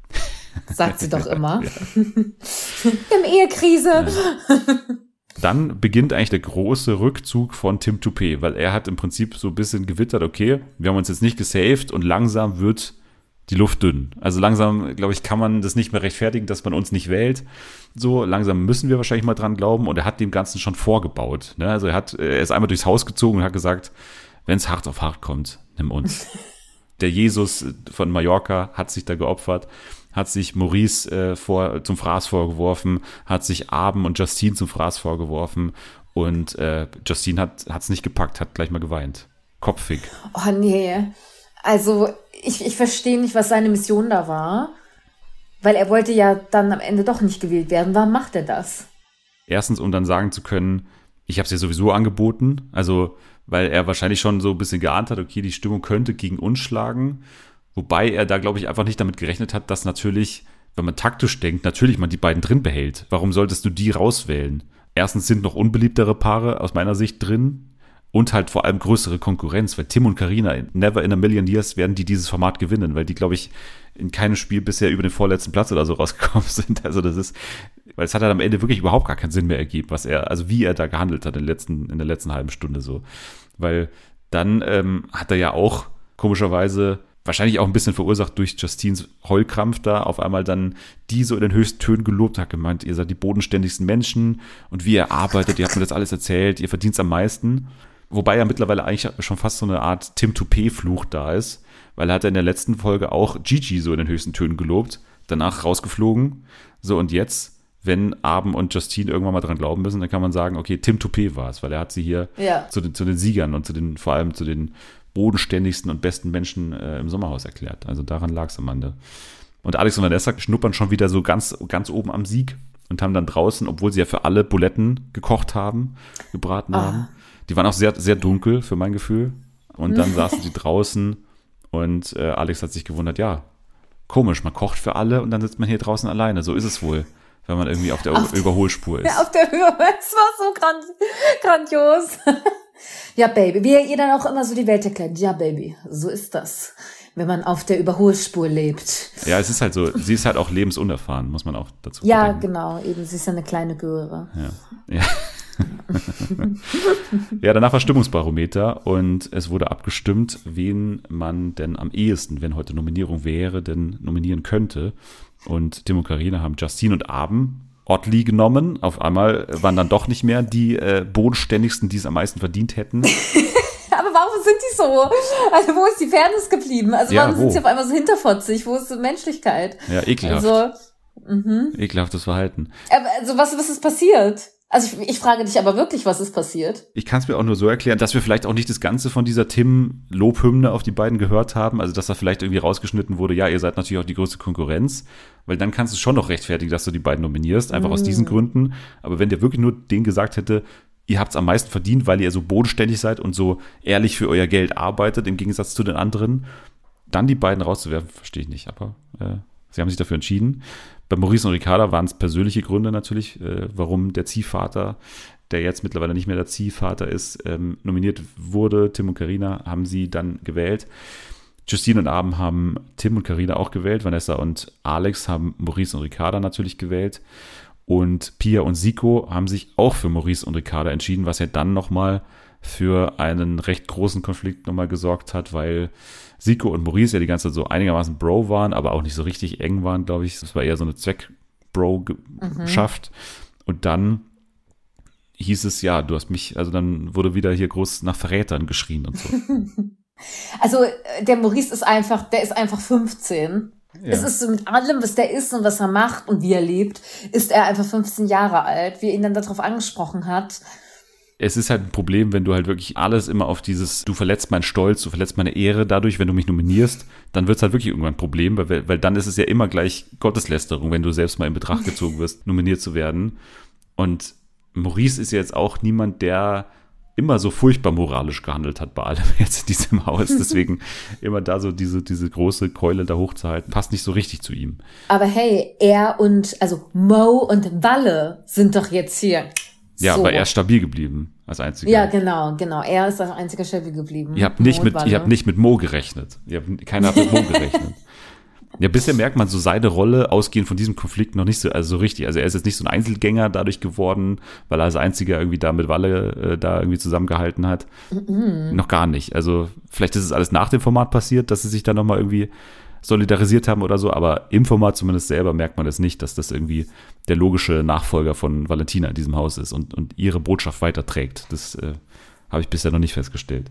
Sagt sie doch immer. Ja. Wir haben Ehekrise. Ja. Dann beginnt eigentlich der große Rückzug von Tim Toupé, weil er hat im Prinzip so ein bisschen gewittert, okay, wir haben uns jetzt nicht gesaved und langsam wird die Luft dünn. Also langsam, glaube ich, kann man das nicht mehr rechtfertigen, dass man uns nicht wählt. So, langsam müssen wir wahrscheinlich mal dran glauben und er hat dem Ganzen schon vorgebaut. Ne? Also er hat, er ist einmal durchs Haus gezogen und hat gesagt, wenn es hart auf hart kommt, nimm uns. Der Jesus von Mallorca hat sich da geopfert, hat sich Maurice äh, vor, zum Fraß vorgeworfen, hat sich Abend und Justine zum Fraß vorgeworfen und äh, Justine hat es nicht gepackt, hat gleich mal geweint. Kopfig. Oh nee, also ich, ich verstehe nicht, was seine Mission da war, weil er wollte ja dann am Ende doch nicht gewählt werden. Warum macht er das? Erstens, um dann sagen zu können, ich habe es ja sowieso angeboten, also weil er wahrscheinlich schon so ein bisschen geahnt hat, okay, die Stimmung könnte gegen uns schlagen, wobei er da, glaube ich, einfach nicht damit gerechnet hat, dass natürlich, wenn man taktisch denkt, natürlich man die beiden drin behält. Warum solltest du die rauswählen? Erstens sind noch unbeliebtere Paare aus meiner Sicht drin und halt vor allem größere Konkurrenz, weil Tim und Carina, never in a million years werden die dieses Format gewinnen, weil die, glaube ich, in keinem Spiel bisher über den vorletzten Platz oder so rausgekommen sind. Also das ist, weil es hat halt am Ende wirklich überhaupt gar keinen Sinn mehr ergeben, was er, also wie er da gehandelt hat in der letzten, in der letzten halben Stunde so. Weil dann ähm, hat er ja auch komischerweise wahrscheinlich auch ein bisschen verursacht durch Justines Heulkrampf da, auf einmal dann die so in den höchsten Tönen gelobt, hat gemeint, ihr seid die bodenständigsten Menschen und wie ihr arbeitet, ihr habt mir das alles erzählt, ihr verdient am meisten. Wobei ja mittlerweile eigentlich schon fast so eine Art Tim Toupé-Fluch da ist, weil er hat ja in der letzten Folge auch Gigi so in den höchsten Tönen gelobt, danach rausgeflogen. So, und jetzt, wenn Abend und Justine irgendwann mal dran glauben müssen, dann kann man sagen, okay, Tim Toupé war es, weil er hat sie hier ja. zu, den, zu den Siegern und zu den, vor allem zu den bodenständigsten und besten Menschen äh, im Sommerhaus erklärt. Also daran lag es am Ende. Und Alex und Vanessa schnuppern schon wieder so ganz, ganz oben am Sieg und haben dann draußen, obwohl sie ja für alle Buletten gekocht haben, gebraten ah. haben. Die waren auch sehr, sehr dunkel für mein Gefühl. Und dann saßen sie draußen und äh, Alex hat sich gewundert, ja, komisch, man kocht für alle und dann sitzt man hier draußen alleine. So ist es wohl, wenn man irgendwie auf der auf Überholspur ist. Ja, auf der Höhe. Es war so grand, grandios. Ja, Baby, wie ihr dann auch immer so die Welt erklärt. Ja, Baby, so ist das, wenn man auf der Überholspur lebt. Ja, es ist halt so, sie ist halt auch lebensunerfahren, muss man auch dazu Ja, bedenken. Genau, eben, sie ist ja eine kleine Göre. Ja, ja. Ja, danach war Stimmungsbarometer und es wurde abgestimmt, wen man denn am ehesten, wenn heute Nominierung wäre, denn nominieren könnte. Und Tim und Carina haben Justine und Abend oddly genommen. Auf einmal waren dann doch nicht mehr die äh, bodenständigsten, die es am meisten verdient hätten. Aber warum sind die so? Also wo ist die Fairness geblieben? Also Ja, warum wo? sind sie auf einmal so hinterfotzig? Wo ist die Menschlichkeit? Ja, ekelhaft. Also, mhm. Ekelhaftes Verhalten. Aber, also was, was ist passiert? Also ich, ich frage dich aber wirklich, was ist passiert? Ich kann es mir auch nur so erklären, dass wir vielleicht auch nicht das Ganze von dieser Tim-Lobhymne auf die beiden gehört haben. Also dass da vielleicht irgendwie rausgeschnitten wurde, ja, ihr seid natürlich auch die größte Konkurrenz. Weil dann kannst du schon noch rechtfertigen, dass du die beiden nominierst, einfach mm. aus diesen Gründen. Aber wenn der wirklich nur den gesagt hätte, ihr habt es am meisten verdient, weil ihr so bodenständig seid und so ehrlich für euer Geld arbeitet, im Gegensatz zu den anderen, dann die beiden rauszuwerfen, verstehe ich nicht. Aber äh, sie haben sich dafür entschieden. Bei Maurice und Ricarda waren es persönliche Gründe natürlich, äh, warum der Ziehvater, der jetzt mittlerweile nicht mehr der Ziehvater ist, ähm, nominiert wurde. Tim und Carina haben sie dann gewählt. Justine und Abend haben Tim und Carina auch gewählt. Vanessa und Alex haben Maurice und Ricarda natürlich gewählt. Und Pia und Siko haben sich auch für Maurice und Ricarda entschieden, was ja dann nochmal für einen recht großen Konflikt nochmal gesorgt hat, weil Siko und Maurice ja die ganze Zeit so einigermaßen Bro waren, aber auch nicht so richtig eng waren, glaube ich. Das war eher so eine Zweck-Bro-Schaft. Mhm. Und dann hieß es, ja, du hast mich, also dann wurde wieder hier groß nach Verrätern geschrien und so. Also der Maurice ist einfach, der ist einfach fünfzehn. Ja. Es ist so mit allem, was der ist und was er macht und wie er lebt, ist er einfach fünfzehn Jahre alt, wie er ihn dann darauf angesprochen hat. Es ist halt ein Problem, wenn du halt wirklich alles immer auf dieses, du verletzt meinen Stolz, du verletzt meine Ehre dadurch, wenn du mich nominierst, dann wird es halt wirklich irgendwann ein Problem, weil, weil dann ist es ja immer gleich Gotteslästerung, wenn du selbst mal in Betracht gezogen wirst, nominiert zu werden. Und Maurice ist ja jetzt auch niemand, der immer so furchtbar moralisch gehandelt hat bei allem jetzt in diesem Haus. Deswegen immer da so diese, diese große Keule da hochzuhalten, passt nicht so richtig zu ihm. Aber hey, er und, also Mo und Walle sind doch jetzt hier. Ja, so. aber er ist stabil geblieben als einziger. Ja, genau, genau. Er ist als einziger stabil geblieben. Ihr habt nicht, mit, ihr habt nicht mit Mo gerechnet. Ihr habt, keiner hat mit Mo gerechnet. Ja, bisher merkt man so seine Rolle, ausgehend von diesem Konflikt, noch nicht so, also so richtig. Also er ist jetzt nicht so ein Einzelgänger dadurch geworden, weil er als einziger irgendwie da mit Walle äh, da irgendwie zusammengehalten hat. Mhm. Noch gar nicht. Also vielleicht ist es alles nach dem Format passiert, dass sie sich da nochmal irgendwie solidarisiert haben oder so, aber im Format zumindest selber merkt man es nicht, dass das irgendwie der logische Nachfolger von Valentina in diesem Haus ist und, und ihre Botschaft weiterträgt. Das äh, habe ich bisher noch nicht festgestellt.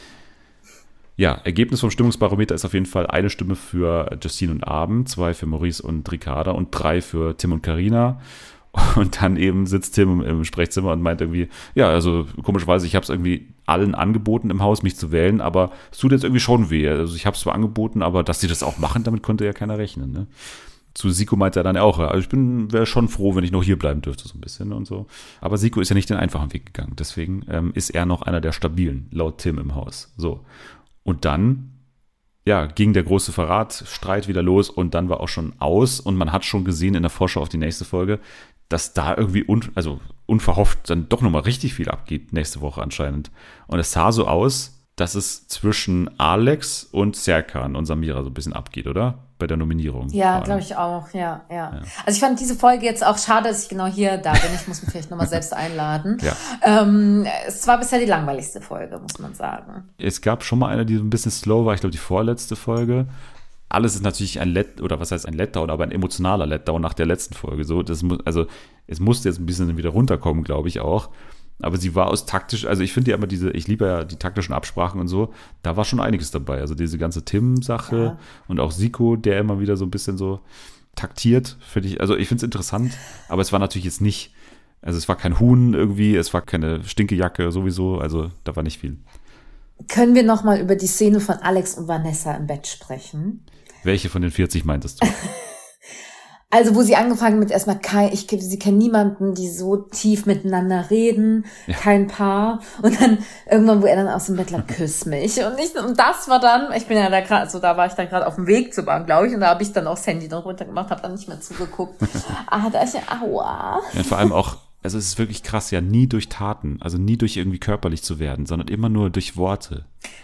Ja, Ergebnis vom Stimmungsbarometer ist auf jeden Fall eine Stimme für Justine und Abend, zwei für Maurice und Ricarda und drei für Tim und Carina. Und dann eben sitzt Tim im Sprechzimmer und meint irgendwie, ja, also komischerweise, ich habe es irgendwie allen angeboten im Haus, mich zu wählen, aber es tut jetzt irgendwie schon weh. Also ich habe es zwar angeboten, aber dass sie das auch machen, damit konnte ja keiner rechnen. Ne? Zu Siko meinte er dann auch, also ich bin wäre schon froh, wenn ich noch hier bleiben dürfte, so ein bisschen und so. Aber Siko ist ja nicht den einfachen Weg gegangen, deswegen ähm, ist er noch einer der stabilen, laut Tim im Haus. So. Und dann, ja, ging der große Verratstreit wieder los und dann war auch schon aus und man hat schon gesehen in der Vorschau auf die nächste Folge, dass da irgendwie un, also unverhofft dann doch nochmal richtig viel abgeht nächste Woche anscheinend. Und es sah so aus, dass es zwischen Alex und Serkan und Samira so ein bisschen abgeht, oder? Bei der Nominierung. Ja, glaube ich auch, ja, ja, ja. Also ich fand diese Folge jetzt auch schade, dass ich genau hier da bin. Ich muss mich vielleicht nochmal selbst einladen. Ja. Ähm, es war bisher die langweiligste Folge, muss man sagen. Es gab schon mal eine, die so ein bisschen slow war, ich glaube die vorletzte Folge. Alles ist natürlich ein Let, oder was heißt ein Letdown, aber ein emotionaler Letdown nach der letzten Folge. So, das muss, also es musste jetzt ein bisschen wieder runterkommen, glaube ich auch. Aber sie war aus taktisch, also ich finde ja immer diese, ich liebe ja die taktischen Absprachen und so, da war schon einiges dabei. Also diese ganze Tim-Sache ja. Und auch Siko, der immer wieder so ein bisschen so taktiert, finde ich, also ich finde es interessant, aber es war natürlich jetzt nicht, also es war kein Huhn irgendwie, es war keine Stinkejacke sowieso, also da war nicht viel. Können wir nochmal über die Szene von Alex und Vanessa im Bett sprechen? Welche von den vierzig meintest du? Also, wo sie angefangen mit erstmal, kein, ich sie kennen niemanden, die so tief miteinander reden, ja. Kein Paar. Und dann irgendwann, wo er dann aus dem Bett lag, küss mich. Und ich, und das war dann, ich bin ja da gerade, also da war ich dann gerade auf dem Weg zur Bahn, glaube ich, und da habe ich dann auch das Handy noch runtergemacht, habe dann nicht mehr zugeguckt. Ah, da ist ja, aua. Ja, vor allem auch, also es ist wirklich krass, ja, nie durch Taten, also nie durch irgendwie körperlich zu werden, sondern immer nur durch Worte.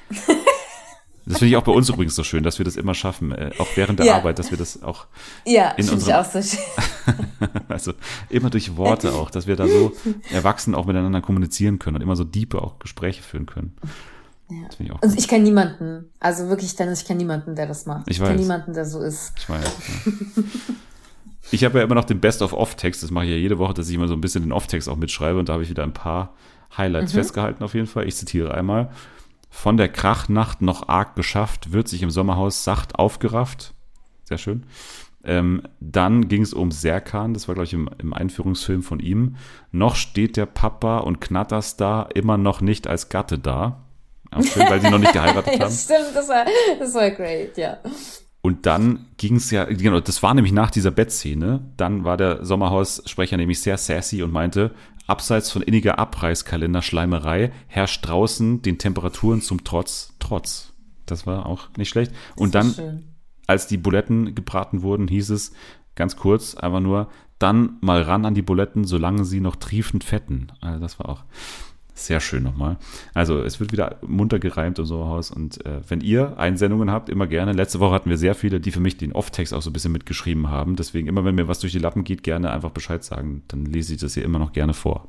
Das finde ich auch bei uns übrigens so schön, dass wir das immer schaffen, äh, auch während der ja. Arbeit, dass wir das auch ja, in unserem... Ja, finde ich auch so schön. Also immer durch Worte auch, dass wir da so erwachsen auch miteinander kommunizieren können und immer so diepe auch Gespräche führen können. Ja. Das finde ich auch also ich kenne niemanden, also wirklich, Dennis, ich kenne niemanden, der das macht. Ich, ich kenne niemanden, der so ist. Ich weiß, ja. Ich habe ja immer noch den Best-of-Off-Text, das mache ich ja jede Woche, dass ich immer so ein bisschen den Off-Text auch mitschreibe und da habe ich wieder ein paar Highlights mhm. festgehalten auf jeden Fall. Ich zitiere einmal: Von der Krachnacht noch arg geschafft, wird sich im Sommerhaus sacht aufgerafft. Sehr schön. Ähm, dann ging es um Serkan, das war, glaube ich, im, im Einführungsfilm von ihm. Noch steht der Papa und Knatterstar immer noch nicht als Gatte da. Auch schön, weil sie noch nicht geheiratet haben. Stimmt, das war, das war great, ja. Und dann ging es ja, genau, das war nämlich nach dieser Bettszene, dann war der Sommerhaussprecher nämlich sehr sassy und meinte, abseits von inniger Abreißkalender-Schleimerei herrscht draußen den Temperaturen zum Trotz Trotz. Das war auch nicht schlecht. Und dann, schön. Als die Buletten gebraten wurden, hieß es ganz kurz einfach nur, dann mal ran an die Buletten, solange sie noch triefend fetten. Also das war auch Sehr schön nochmal. Also es wird wieder munter gereimt im Sommerhaus und äh, wenn ihr Einsendungen habt, immer gerne. Letzte Woche hatten wir sehr viele, die für mich den Off-Text auch so ein bisschen mitgeschrieben haben. Deswegen immer, wenn mir was durch die Lappen geht, gerne einfach Bescheid sagen. Dann lese ich das hier immer noch gerne vor.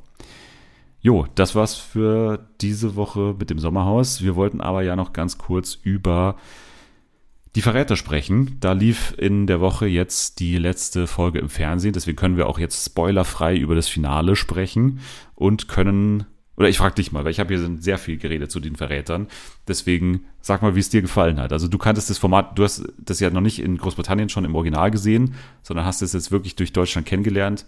Jo, das war's für diese Woche mit dem Sommerhaus. Wir wollten aber ja noch ganz kurz über die Verräter sprechen. Da lief in der Woche jetzt die letzte Folge im Fernsehen. Deswegen können wir auch jetzt spoilerfrei über das Finale sprechen und können... Oder ich frage dich mal, weil ich habe hier sehr viel geredet zu den Verrätern. Deswegen sag mal, wie es dir gefallen hat. Also du kanntest das Format, du hast das ja noch nicht in Großbritannien schon im Original gesehen, sondern hast es jetzt wirklich durch Deutschland kennengelernt.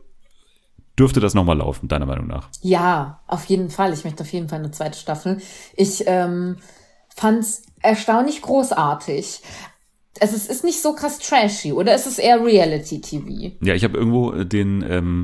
Dürfte das nochmal laufen, deiner Meinung nach? Ja, auf jeden Fall. Ich möchte auf jeden Fall eine zweite Staffel. Ich ähm, fand es erstaunlich großartig. Es ist, ist nicht so krass trashy, oder ist es eher Reality-T V? Ja, ich habe irgendwo den... Ähm,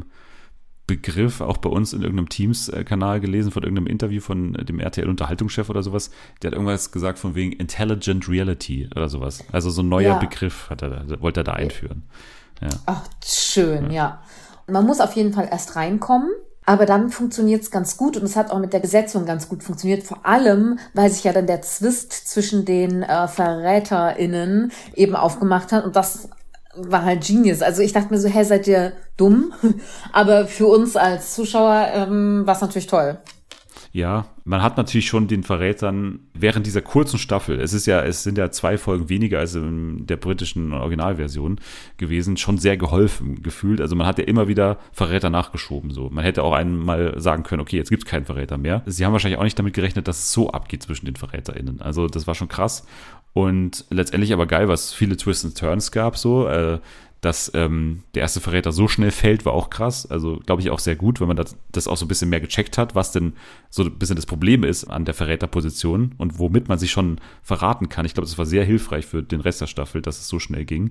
Begriff auch bei uns in irgendeinem Teams-Kanal gelesen, von irgendeinem Interview von dem R T L-Unterhaltungschef oder sowas. Der hat irgendwas gesagt von wegen Intelligent Reality oder sowas. Also so ein neuer ja. Begriff hat er, wollte er da einführen. Ja. Ach, schön, ja. ja. Man muss auf jeden Fall erst reinkommen, aber dann funktioniert es ganz gut und es hat auch mit der Besetzung ganz gut funktioniert. Vor allem, weil sich ja dann der Zwist zwischen den äh, VerräterInnen eben aufgemacht hat und das war halt genius. Also ich dachte mir so, hey, seid ihr dumm? Aber für uns als Zuschauer ähm, war es natürlich toll. Ja, man hat natürlich schon den Verrätern während dieser kurzen Staffel, es ist ja, es sind ja zwei Folgen weniger als in der britischen Originalversion gewesen, schon sehr geholfen gefühlt. Also man hat ja immer wieder Verräter nachgeschoben. So, man hätte auch einmal sagen können, okay, jetzt gibt es keinen Verräter mehr. Sie haben wahrscheinlich auch nicht damit gerechnet, dass es so abgeht zwischen den VerräterInnen. Also das war schon krass. Und letztendlich aber geil, was viele Twists and Turns gab, so, äh, dass ähm, der erste Verräter so schnell fällt, war auch krass. Also glaube ich auch sehr gut, wenn man das, das auch so ein bisschen mehr gecheckt hat, was denn so ein bisschen das Problem ist an der Verräterposition und womit man sich schon verraten kann. Ich glaube, das war sehr hilfreich für den Rest der Staffel, dass es so schnell ging.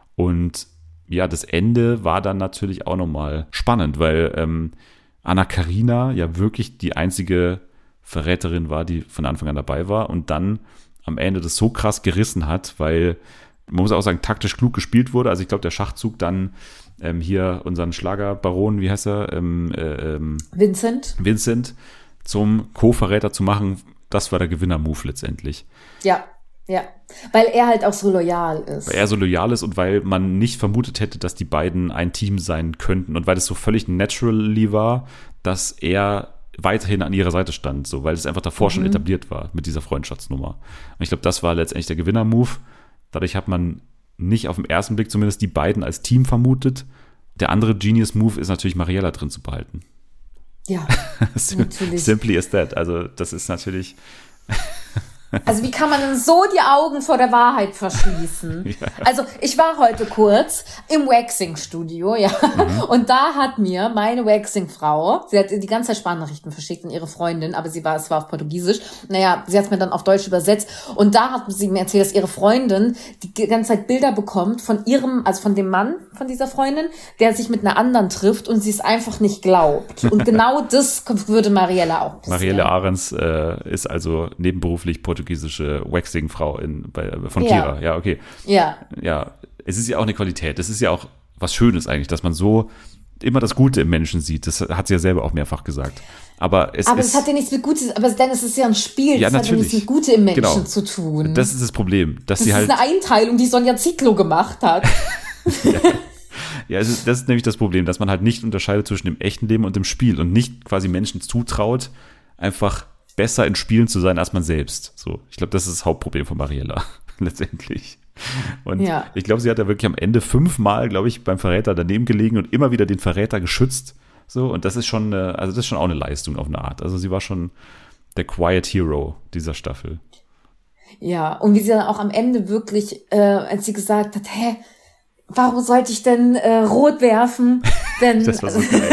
Und ja, das Ende war dann natürlich auch nochmal spannend, weil ähm, Anna Karina ja wirklich die einzige Verräterin war, die von Anfang an dabei war und dann am Ende das so krass gerissen hat, weil man muss auch sagen, taktisch klug gespielt wurde. Also ich glaube, der Schachzug dann ähm, hier unseren Schlagerbaron, wie heißt er? Ähm, äh, ähm, Vincent. Vincent zum Co-Verräter zu machen, das war der Gewinner-Move letztendlich. Ja, ja. Weil er halt auch so loyal ist. Weil er so loyal ist und weil man nicht vermutet hätte, dass die beiden ein Team sein könnten und weil es so völlig naturally war, dass er weiterhin an ihrer Seite stand, so, weil es einfach davor mhm. schon etabliert war mit dieser Freundschaftsnummer. Und ich glaube, das war letztendlich der Gewinner-Move. Dadurch hat man nicht auf den ersten Blick zumindest die beiden als Team vermutet. Der andere Genius-Move ist natürlich Mariella drin zu behalten. Ja, natürlich. Simply as that. Also das ist natürlich... Also wie kann man denn so die Augen vor der Wahrheit verschließen? Ja. Also ich war heute kurz im Waxing-Studio, ja, mhm. und da hat mir meine Waxing-Frau, sie hat die ganze Zeit Sprachnachrichten verschickt an ihre Freundin, aber sie war, es war auf Portugiesisch, naja, sie hat es mir dann auf Deutsch übersetzt und da hat sie mir erzählt, dass ihre Freundin die ganze Zeit Bilder bekommt von ihrem, also von dem Mann von dieser Freundin, der sich mit einer anderen trifft und sie es einfach nicht glaubt. Und genau das würde Mariella auch passieren. Marielle Ahrens äh, ist also nebenberuflich portugiesische Waxing-Frau in, bei, von ja. Kira. Ja, okay. Ja. Ja, es ist ja auch eine Qualität. Es ist ja auch was Schönes eigentlich, dass man so immer das Gute im Menschen sieht. Das hat sie ja selber auch mehrfach gesagt. Aber es aber ist... es hat ja nichts mit Gutes, aber dann ist es ja ein Spiel. Ja, das natürlich. hat ja nichts mit Gute im Menschen genau. zu tun. Das ist das Problem. Dass das sie ist halt eine Einteilung, die Sonja Zietlow gemacht hat. ja. Ja, es ist, das ist nämlich das Problem, dass man halt nicht unterscheidet zwischen dem echten Leben und dem Spiel und nicht quasi Menschen zutraut, einfach besser in Spielen zu sein als man selbst. So, ich glaube, das ist das Hauptproblem von Mariella letztendlich. Und ja. ich glaube, sie hat da wirklich am Ende fünfmal, glaube ich, beim Verräter daneben gelegen und immer wieder den Verräter geschützt. So, und das ist schon, eine, also das ist schon auch eine Leistung auf eine Art. Also sie war schon der Quiet Hero dieser Staffel. Ja, und wie sie dann auch am Ende wirklich, äh, als sie gesagt hat, hä, warum sollte ich denn äh, rot werfen? Denn, das war so geil.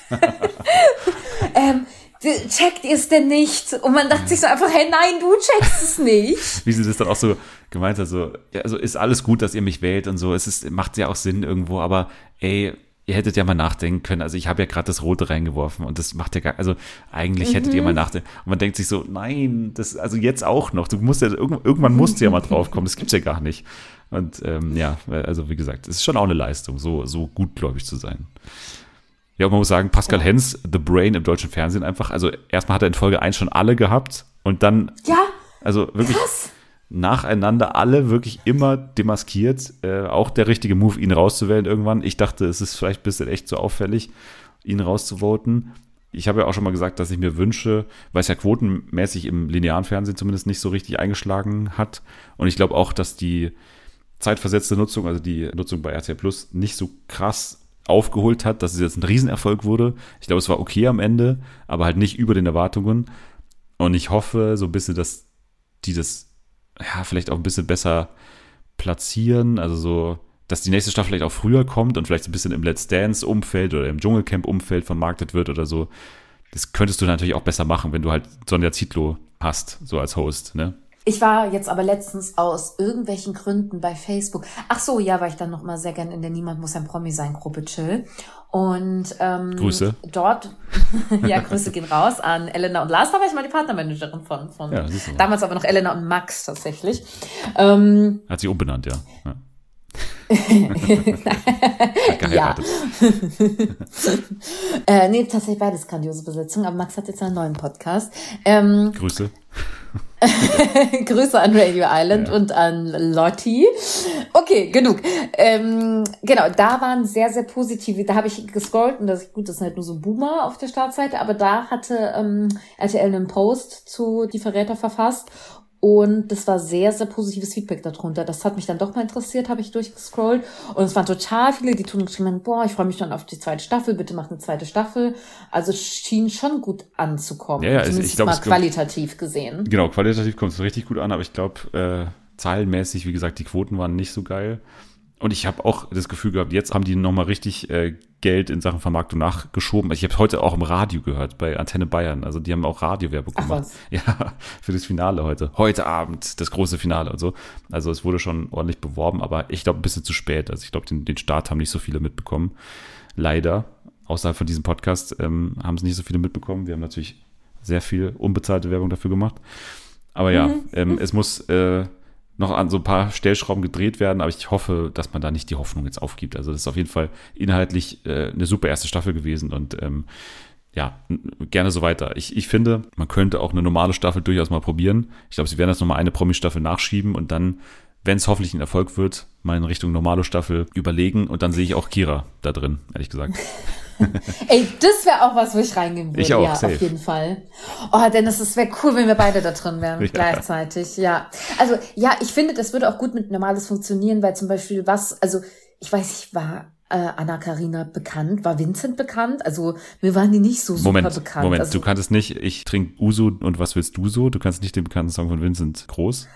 ähm, checkt ihr es denn nicht? Und man dachte sich so einfach, hey, nein, du checkst es nicht. Wie sie das dann auch so gemeint hat, so, ja, also ist alles gut, dass ihr mich wählt und so, es ist, macht ja auch Sinn irgendwo, aber ey, ihr hättet ja mal nachdenken können, also ich habe ja gerade das Rote reingeworfen und das macht ja gar, also eigentlich mhm. hättet ihr mal nachdenken. Und man denkt sich so, nein, das, also jetzt auch noch, du musst ja, irgendwann musst du ja mal drauf kommen, das gibt's ja gar nicht. Und ähm, ja, also wie gesagt, es ist schon auch eine Leistung, so, so gutgläubig zu sein. Ja, und man muss sagen, Pascal ja. Hens, The Brain im deutschen Fernsehen einfach, also erstmal hat er in Folge eins schon alle gehabt und dann, ja, also wirklich krass. Nacheinander alle wirklich immer demaskiert. Äh, auch der richtige Move, ihn rauszuwählen irgendwann. Ich dachte, es ist vielleicht ein bisschen echt so auffällig, ihn rauszuvoten. Ich habe ja auch schon mal gesagt, dass ich mir wünsche, weil es ja quotenmäßig im linearen Fernsehen zumindest nicht so richtig eingeschlagen hat. Und ich glaube auch, dass die zeitversetzte Nutzung, also die Nutzung bei R T L Plus, nicht so krass aufgeholt hat, dass es jetzt ein Riesenerfolg wurde. Ich glaube, es war okay am Ende, aber halt nicht über den Erwartungen. Und ich hoffe so ein bisschen, dass die das ja vielleicht auch ein bisschen besser platzieren. Also so, dass die nächste Staffel vielleicht auch früher kommt und vielleicht so ein bisschen im Let's Dance-Umfeld oder im Dschungelcamp-Umfeld vermarktet wird oder so. Das könntest du natürlich auch besser machen, wenn du halt Sonja Zietlow hast, so als Host, ne? Ich war jetzt aber letztens aus irgendwelchen Gründen bei Facebook. Ach so, ja, weil ich dann noch mal sehr gern in der Niemand muss ein Promi sein Gruppe chill. Und ähm, Grüße. Dort, ja, Grüße gehen raus an Elena und Lars. Da war ich mal die Partnermanagerin von. von ja, damals aber noch Elena und Max tatsächlich. Ähm, Hat sie umbenannt, ja. ja. Hat geheiratet. Ja. äh, nee, tatsächlich beides grandiose Besetzung, aber Max hat jetzt einen neuen Podcast. Ähm, Grüße. Grüße an Radio Island ja. und an Lotti. Okay, genug. Ähm, genau, da waren sehr, sehr positive, da habe ich gescrollt und das, gut, das ist halt nur so ein Boomer auf der Startseite, aber da hatte ähm, R T L einen Post zu Die Verräter verfasst. Und das war sehr, sehr positives Feedback darunter. Das hat mich dann doch mal interessiert, habe ich durchgescrollt. Und es waren total viele, die tun geschrieben, boah, ich freue mich schon auf die zweite Staffel, bitte mach eine zweite Staffel. Also es schien schon gut anzukommen. Ja, ja, zumindest ich glaube, mal qualitativ gesehen. Genau, qualitativ kommt es richtig gut an, aber ich glaube, äh, zahlenmäßig, wie gesagt, die Quoten waren nicht so geil. Und ich habe auch das Gefühl gehabt, jetzt haben die nochmal richtig äh, Geld in Sachen Vermarktung nachgeschoben. Ich habe heute auch im Radio gehört, bei Antenne Bayern. Also die haben auch Radiowerbung Ach, gemacht. was? Ja, für das Finale heute. Heute Abend, das große Finale und so. Also es wurde schon ordentlich beworben, aber ich glaube ein bisschen zu spät. Also ich glaube, den, den Start haben nicht so viele mitbekommen. Leider, außerhalb von diesem Podcast ähm, haben es nicht so viele mitbekommen. Wir haben natürlich sehr viel unbezahlte Werbung dafür gemacht. Aber ja, mhm. ähm, es muss äh, noch an so ein paar Stellschrauben gedreht werden, aber ich hoffe, dass man da nicht die Hoffnung jetzt aufgibt. Also das ist auf jeden Fall inhaltlich äh, eine super erste Staffel gewesen und ähm, ja, gerne so weiter. Ich, ich finde, man könnte auch eine normale Staffel durchaus mal probieren. Ich glaube, sie werden jetzt nochmal eine Promi-Staffel nachschieben und dann, wenn es hoffentlich ein Erfolg wird, mal in Richtung normale Staffel überlegen und dann sehe ich auch Kira da drin, ehrlich gesagt. Ey, das wäre auch was, wo ich reingehen würde. Ich auch, ja, safe. Auf jeden Fall. Oh, Dennis, es wäre cool, wenn wir beide da drin wären, ja. gleichzeitig, ja. Also, ja, ich finde, das würde auch gut mit Normales funktionieren, weil zum Beispiel was, also, ich weiß nicht, war äh, Anna-Karina bekannt? War Vincent bekannt? Also, mir waren die nicht so super Moment, bekannt. Moment, also, du kanntest nicht, ich trinke Uso und was willst du so? Du kannst nicht den bekannten Song von Vincent Groß?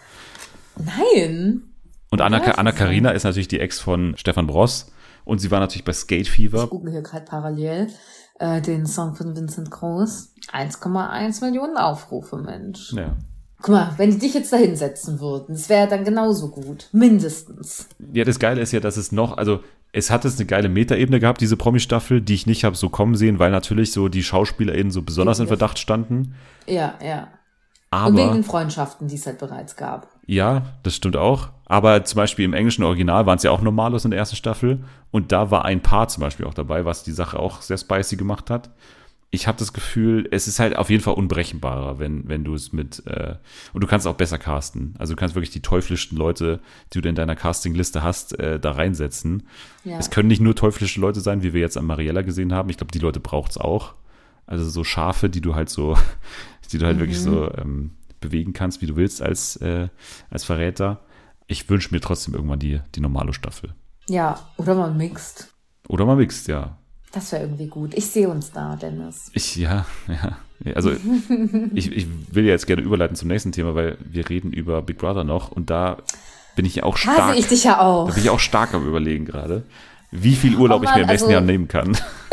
Nein. Und Anna-Karina ist natürlich die Ex von Stefan Bross. Und sie war natürlich bei Skate Fever. Ich google hier gerade parallel äh, den Song von Vincent Groß. eins Komma eins Millionen Aufrufe, Mensch. Ja. Guck mal, wenn die dich jetzt da hinsetzen würden, das wäre dann genauso gut. Mindestens. Ja, das Geile ist ja, dass es noch, also es hat jetzt eine geile Metaebene gehabt, diese Promi-Staffel, die ich nicht habe so kommen sehen, weil natürlich so die SchauspielerInnen so besonders in Verdacht standen. Ja, ja. Aber, und wegen den Freundschaften, die es halt bereits gab. Ja, das stimmt auch. Aber zum Beispiel im englischen Original waren es ja auch Normalos in der ersten Staffel. Und da war ein Paar zum Beispiel auch dabei, was die Sache auch sehr spicy gemacht hat. Ich habe das Gefühl, es ist halt auf jeden Fall unberechenbarer, wenn, wenn du es mit, äh, und du kannst auch besser casten. Also du kannst wirklich die teuflischsten Leute, die du in deiner Castingliste hast, äh, da reinsetzen. Ja. Es können nicht nur teuflische Leute sein, wie wir jetzt an Mariella gesehen haben. Ich glaube, die Leute braucht's auch. Also so Schafe, die du halt so, die du halt mhm. wirklich so ähm, bewegen kannst, wie du willst als, äh, als Verräter. Ich wünsche mir trotzdem irgendwann die, die normale Staffel. Ja, oder man mixt. Oder man mixt, ja. Das wäre irgendwie gut. Ich sehe uns da, Dennis. Ich, ja, ja. Also ich, ich will ja jetzt gerne überleiten zum nächsten Thema, weil wir reden über Big Brother noch und da bin ich ja auch stark. Hase ich dich ja auch. Da bin ich auch stark am Überlegen gerade, wie viel Urlaub oh Mann, ich mir im nächsten also, Jahr nehmen kann.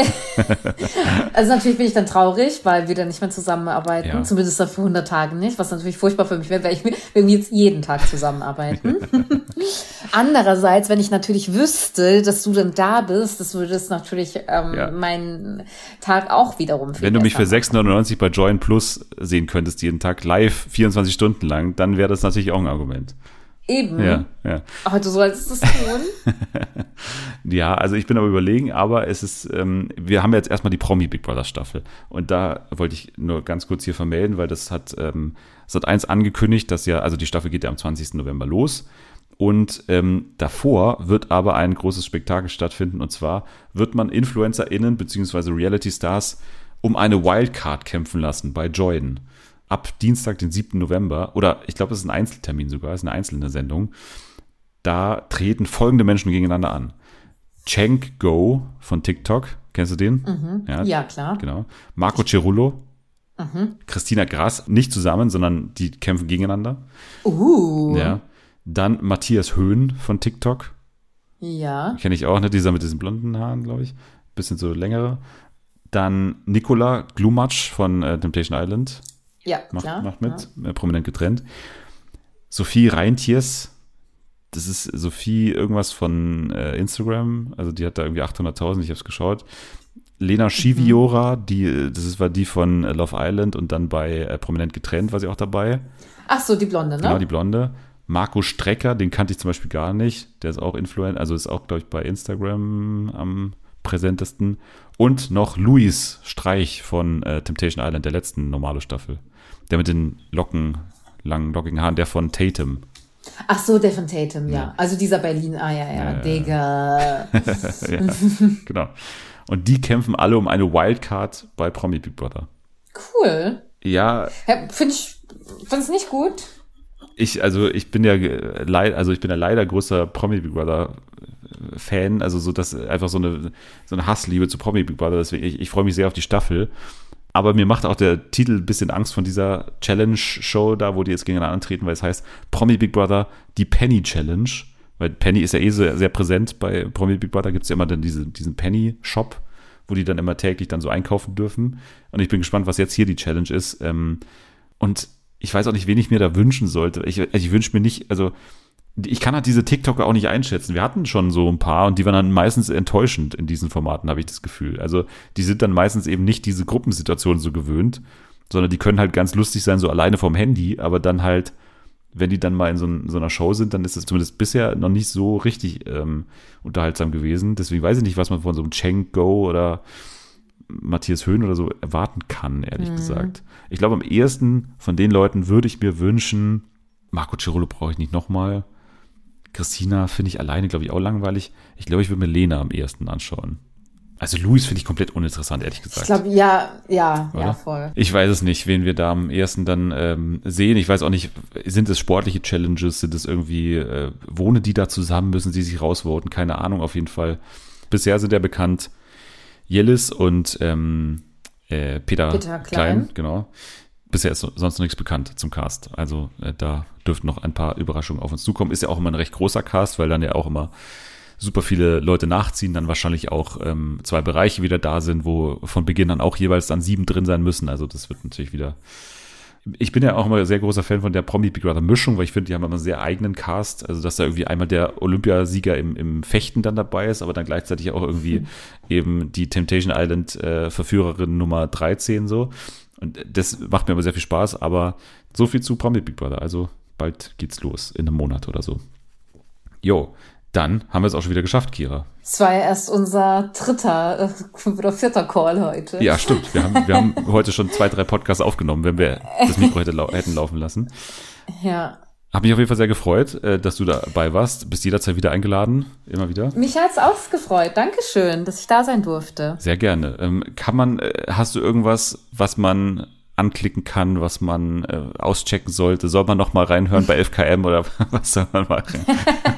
Also natürlich bin ich dann traurig, weil wir dann nicht mehr zusammenarbeiten, ja. zumindest dann für hundert Tage nicht, was natürlich furchtbar für mich wäre, weil ich irgendwie jetzt jeden Tag zusammenarbeiten. Andererseits, wenn ich natürlich wüsste, dass du dann da bist, das würde es natürlich ähm, ja. meinen Tag auch wiederum viel Wenn du mich für machen. sechs neunundneunzig bei Join Plus sehen könntest jeden Tag, live, vierundzwanzig Stunden lang, dann wäre das natürlich auch ein Argument. Eben. Ja, ja. Aber du solltest es tun. Ja, also ich bin aber überlegen, aber es ist, ähm, wir haben jetzt erstmal die Promi Big Brother Staffel und da wollte ich nur ganz kurz hier vermelden, weil das hat ähm, Sat eins angekündigt, dass ja, also die Staffel geht ja am zwanzigsten November los und ähm, davor wird aber ein großes Spektakel stattfinden und zwar wird man InfluencerInnen bzw. Reality Stars um eine Wildcard kämpfen lassen bei Join. Ab Dienstag, den siebten November, oder ich glaube, das ist ein Einzeltermin sogar, ist eine einzelne Sendung, da treten folgende Menschen gegeneinander an. Cenk Go von TikTok, kennst du den? Mhm. Ja, ja, klar. Genau. Marco Cerullo, mhm. Christina Grass, nicht zusammen, sondern die kämpfen gegeneinander. Uh. Ja. Dann Matthias Höhn von TikTok. Ja. Kenne ich auch, ne? Dieser mit diesen blonden Haaren, glaube ich. Bisschen so längere. Dann Nicola Glumatsch von äh, Temptation Island. Ja, macht, klar. Macht mit, ja. äh, prominent getrennt. Sophie Reintiers, das ist Sophie irgendwas von äh, Instagram, also die hat da irgendwie achthunderttausend, ich habe es geschaut. Lena Schiviora, mhm. die, das ist, war die von Love Island und dann bei äh, prominent getrennt, war sie auch dabei. Ach so, die Blonde, ne? Genau, die Blonde. Marco Strecker, den kannte ich zum Beispiel gar nicht, der ist auch Influencer, also ist auch, glaube ich, bei Instagram am präsentesten. Und noch Luis Streich von äh, Temptation Island, der letzten normale Staffel. Der mit den Locken, langen, lockigen Haaren, der von Tatum. Ach so, der von Tatum, ja. ja. Also dieser Berlin, ah ja, ja, ja. Digga. Ja, genau. Und die kämpfen alle um eine Wildcard bei Promi Big Brother. Cool. Ja. ja Finde ich, find's nicht gut. Ich, also ich bin ja leid, also ich bin ja leider größer Promi Big Brother Fan, also so dass einfach so eine so eine Hassliebe zu Promi Big Brother, deswegen ich, ich freue mich sehr auf die Staffel. Aber mir macht auch der Titel ein bisschen Angst von dieser Challenge-Show da, wo die jetzt gegeneinander antreten, weil es heißt Promi Big Brother, die Penny Challenge. Weil Penny ist ja eh sehr, sehr präsent bei Promi Big Brother, gibt es ja immer dann diese, diesen Penny-Shop, wo die dann immer täglich dann so einkaufen dürfen. Und ich bin gespannt, was jetzt hier die Challenge ist. Und ich weiß auch nicht, wen ich mir da wünschen sollte. Ich, also ich wünsche mir nicht, also ich kann halt diese TikToker auch nicht einschätzen. Wir hatten schon so ein paar und die waren dann meistens enttäuschend in diesen Formaten, habe ich das Gefühl. Also die sind dann meistens eben nicht diese Gruppensituation so gewöhnt, sondern die können halt ganz lustig sein, so alleine vom Handy, aber dann halt, wenn die dann mal in so, ein, so einer Show sind, dann ist es zumindest bisher noch nicht so richtig ähm, unterhaltsam gewesen. Deswegen weiß ich nicht, was man von so einem Cenk Go oder Matthias Höhn oder so erwarten kann, ehrlich mhm. gesagt. Ich glaube, am ehesten von den Leuten würde ich mir wünschen, Marco Cerullo brauche ich nicht nochmal. Christina finde ich alleine, glaube ich, auch langweilig. Ich glaube, ich würde mir Lena am ehesten anschauen. Also Luis finde ich komplett uninteressant, ehrlich gesagt. Ich glaube, ja, ja, Oder? ja, voll. Ich weiß es nicht, wen wir da am ehesten dann ähm, sehen. Ich weiß auch nicht, sind es sportliche Challenges, sind es irgendwie, äh, wohnen die da zusammen, müssen sie sich rausvoten? Keine Ahnung, auf jeden Fall. Bisher sind ja bekannt Jellis und ähm, äh, Peter, Peter Klein. Klein, genau. Bisher ist sonst noch nichts bekannt zum Cast. Also äh, da dürften noch ein paar Überraschungen auf uns zukommen. Ist ja auch immer ein recht großer Cast, weil dann ja auch immer super viele Leute nachziehen. Dann wahrscheinlich auch ähm, zwei Bereiche wieder da sind, wo von Beginn an auch jeweils dann sieben drin sein müssen. Also das wird natürlich wieder... Ich bin ja auch immer sehr großer Fan von der Promi Big Brother Mischung, weil ich finde, die haben immer einen sehr eigenen Cast. Also dass da irgendwie einmal der Olympiasieger im, im Fechten dann dabei ist, aber dann gleichzeitig auch irgendwie mhm. eben die Temptation Island äh, Verführerin Nummer dreizehn so. Und das macht mir aber sehr viel Spaß, aber so viel zu Promi Big Brother. Also bald geht's los, in einem Monat oder so. Jo, dann haben wir es auch schon wieder geschafft, Kira. Es war ja erst unser dritter äh, oder vierter Call heute. Ja, stimmt. Wir haben, wir haben heute schon zwei, drei Podcasts aufgenommen, wenn wir das Mikro hätte, hätten laufen lassen. Ja. Habe mich auf jeden Fall sehr gefreut, dass du dabei warst. Bist jederzeit wieder eingeladen, immer wieder. Mich hat's auch gefreut. Dankeschön, dass ich da sein durfte. Sehr gerne. Ähm, kann man, hast du irgendwas, was man anklicken kann, was man äh, auschecken sollte? Soll man noch mal reinhören bei F K M oder was soll man machen?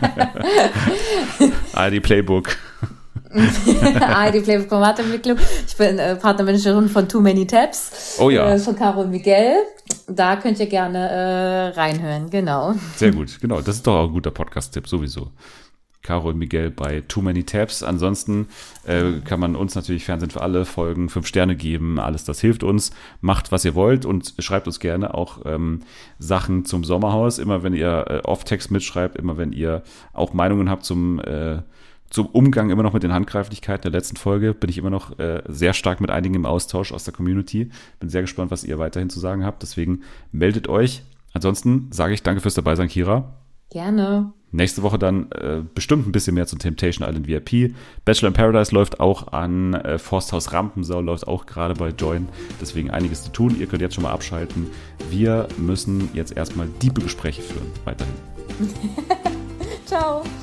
Ah, die Playbook. ah, die Playbook-Formatentwicklung. Ich bin äh, Partnermanagerin von Too Many Tabs. Oh ja. Äh, von Caro und Miguel. Da könnt ihr gerne äh, reinhören, genau. Sehr gut, genau. Das ist doch auch ein guter Podcast-Tipp, sowieso. Caro und Miguel bei Too Many Tabs. Ansonsten äh, kann man uns natürlich Fernsehen für alle folgen, fünf Sterne geben, alles das hilft uns. Macht, was ihr wollt und schreibt uns gerne auch ähm, Sachen zum Sommerhaus. Immer wenn ihr äh, Off-Text mitschreibt, immer wenn ihr auch Meinungen habt zum äh, zum Umgang immer noch mit den Handgreiflichkeiten der letzten Folge, bin ich immer noch äh, sehr stark mit einigen im Austausch aus der Community. Bin sehr gespannt, was ihr weiterhin zu sagen habt. Deswegen meldet euch. Ansonsten sage ich danke fürs Dabeisein, Kira. Gerne. Nächste Woche dann äh, bestimmt ein bisschen mehr zu Temptation Island V I P. Bachelor in Paradise läuft auch an, äh, Forsthaus Rampensau läuft auch gerade bei Join. Deswegen einiges zu tun. Ihr könnt jetzt schon mal abschalten. Wir müssen jetzt erstmal tiefe Gespräche führen. Weiterhin. Ciao.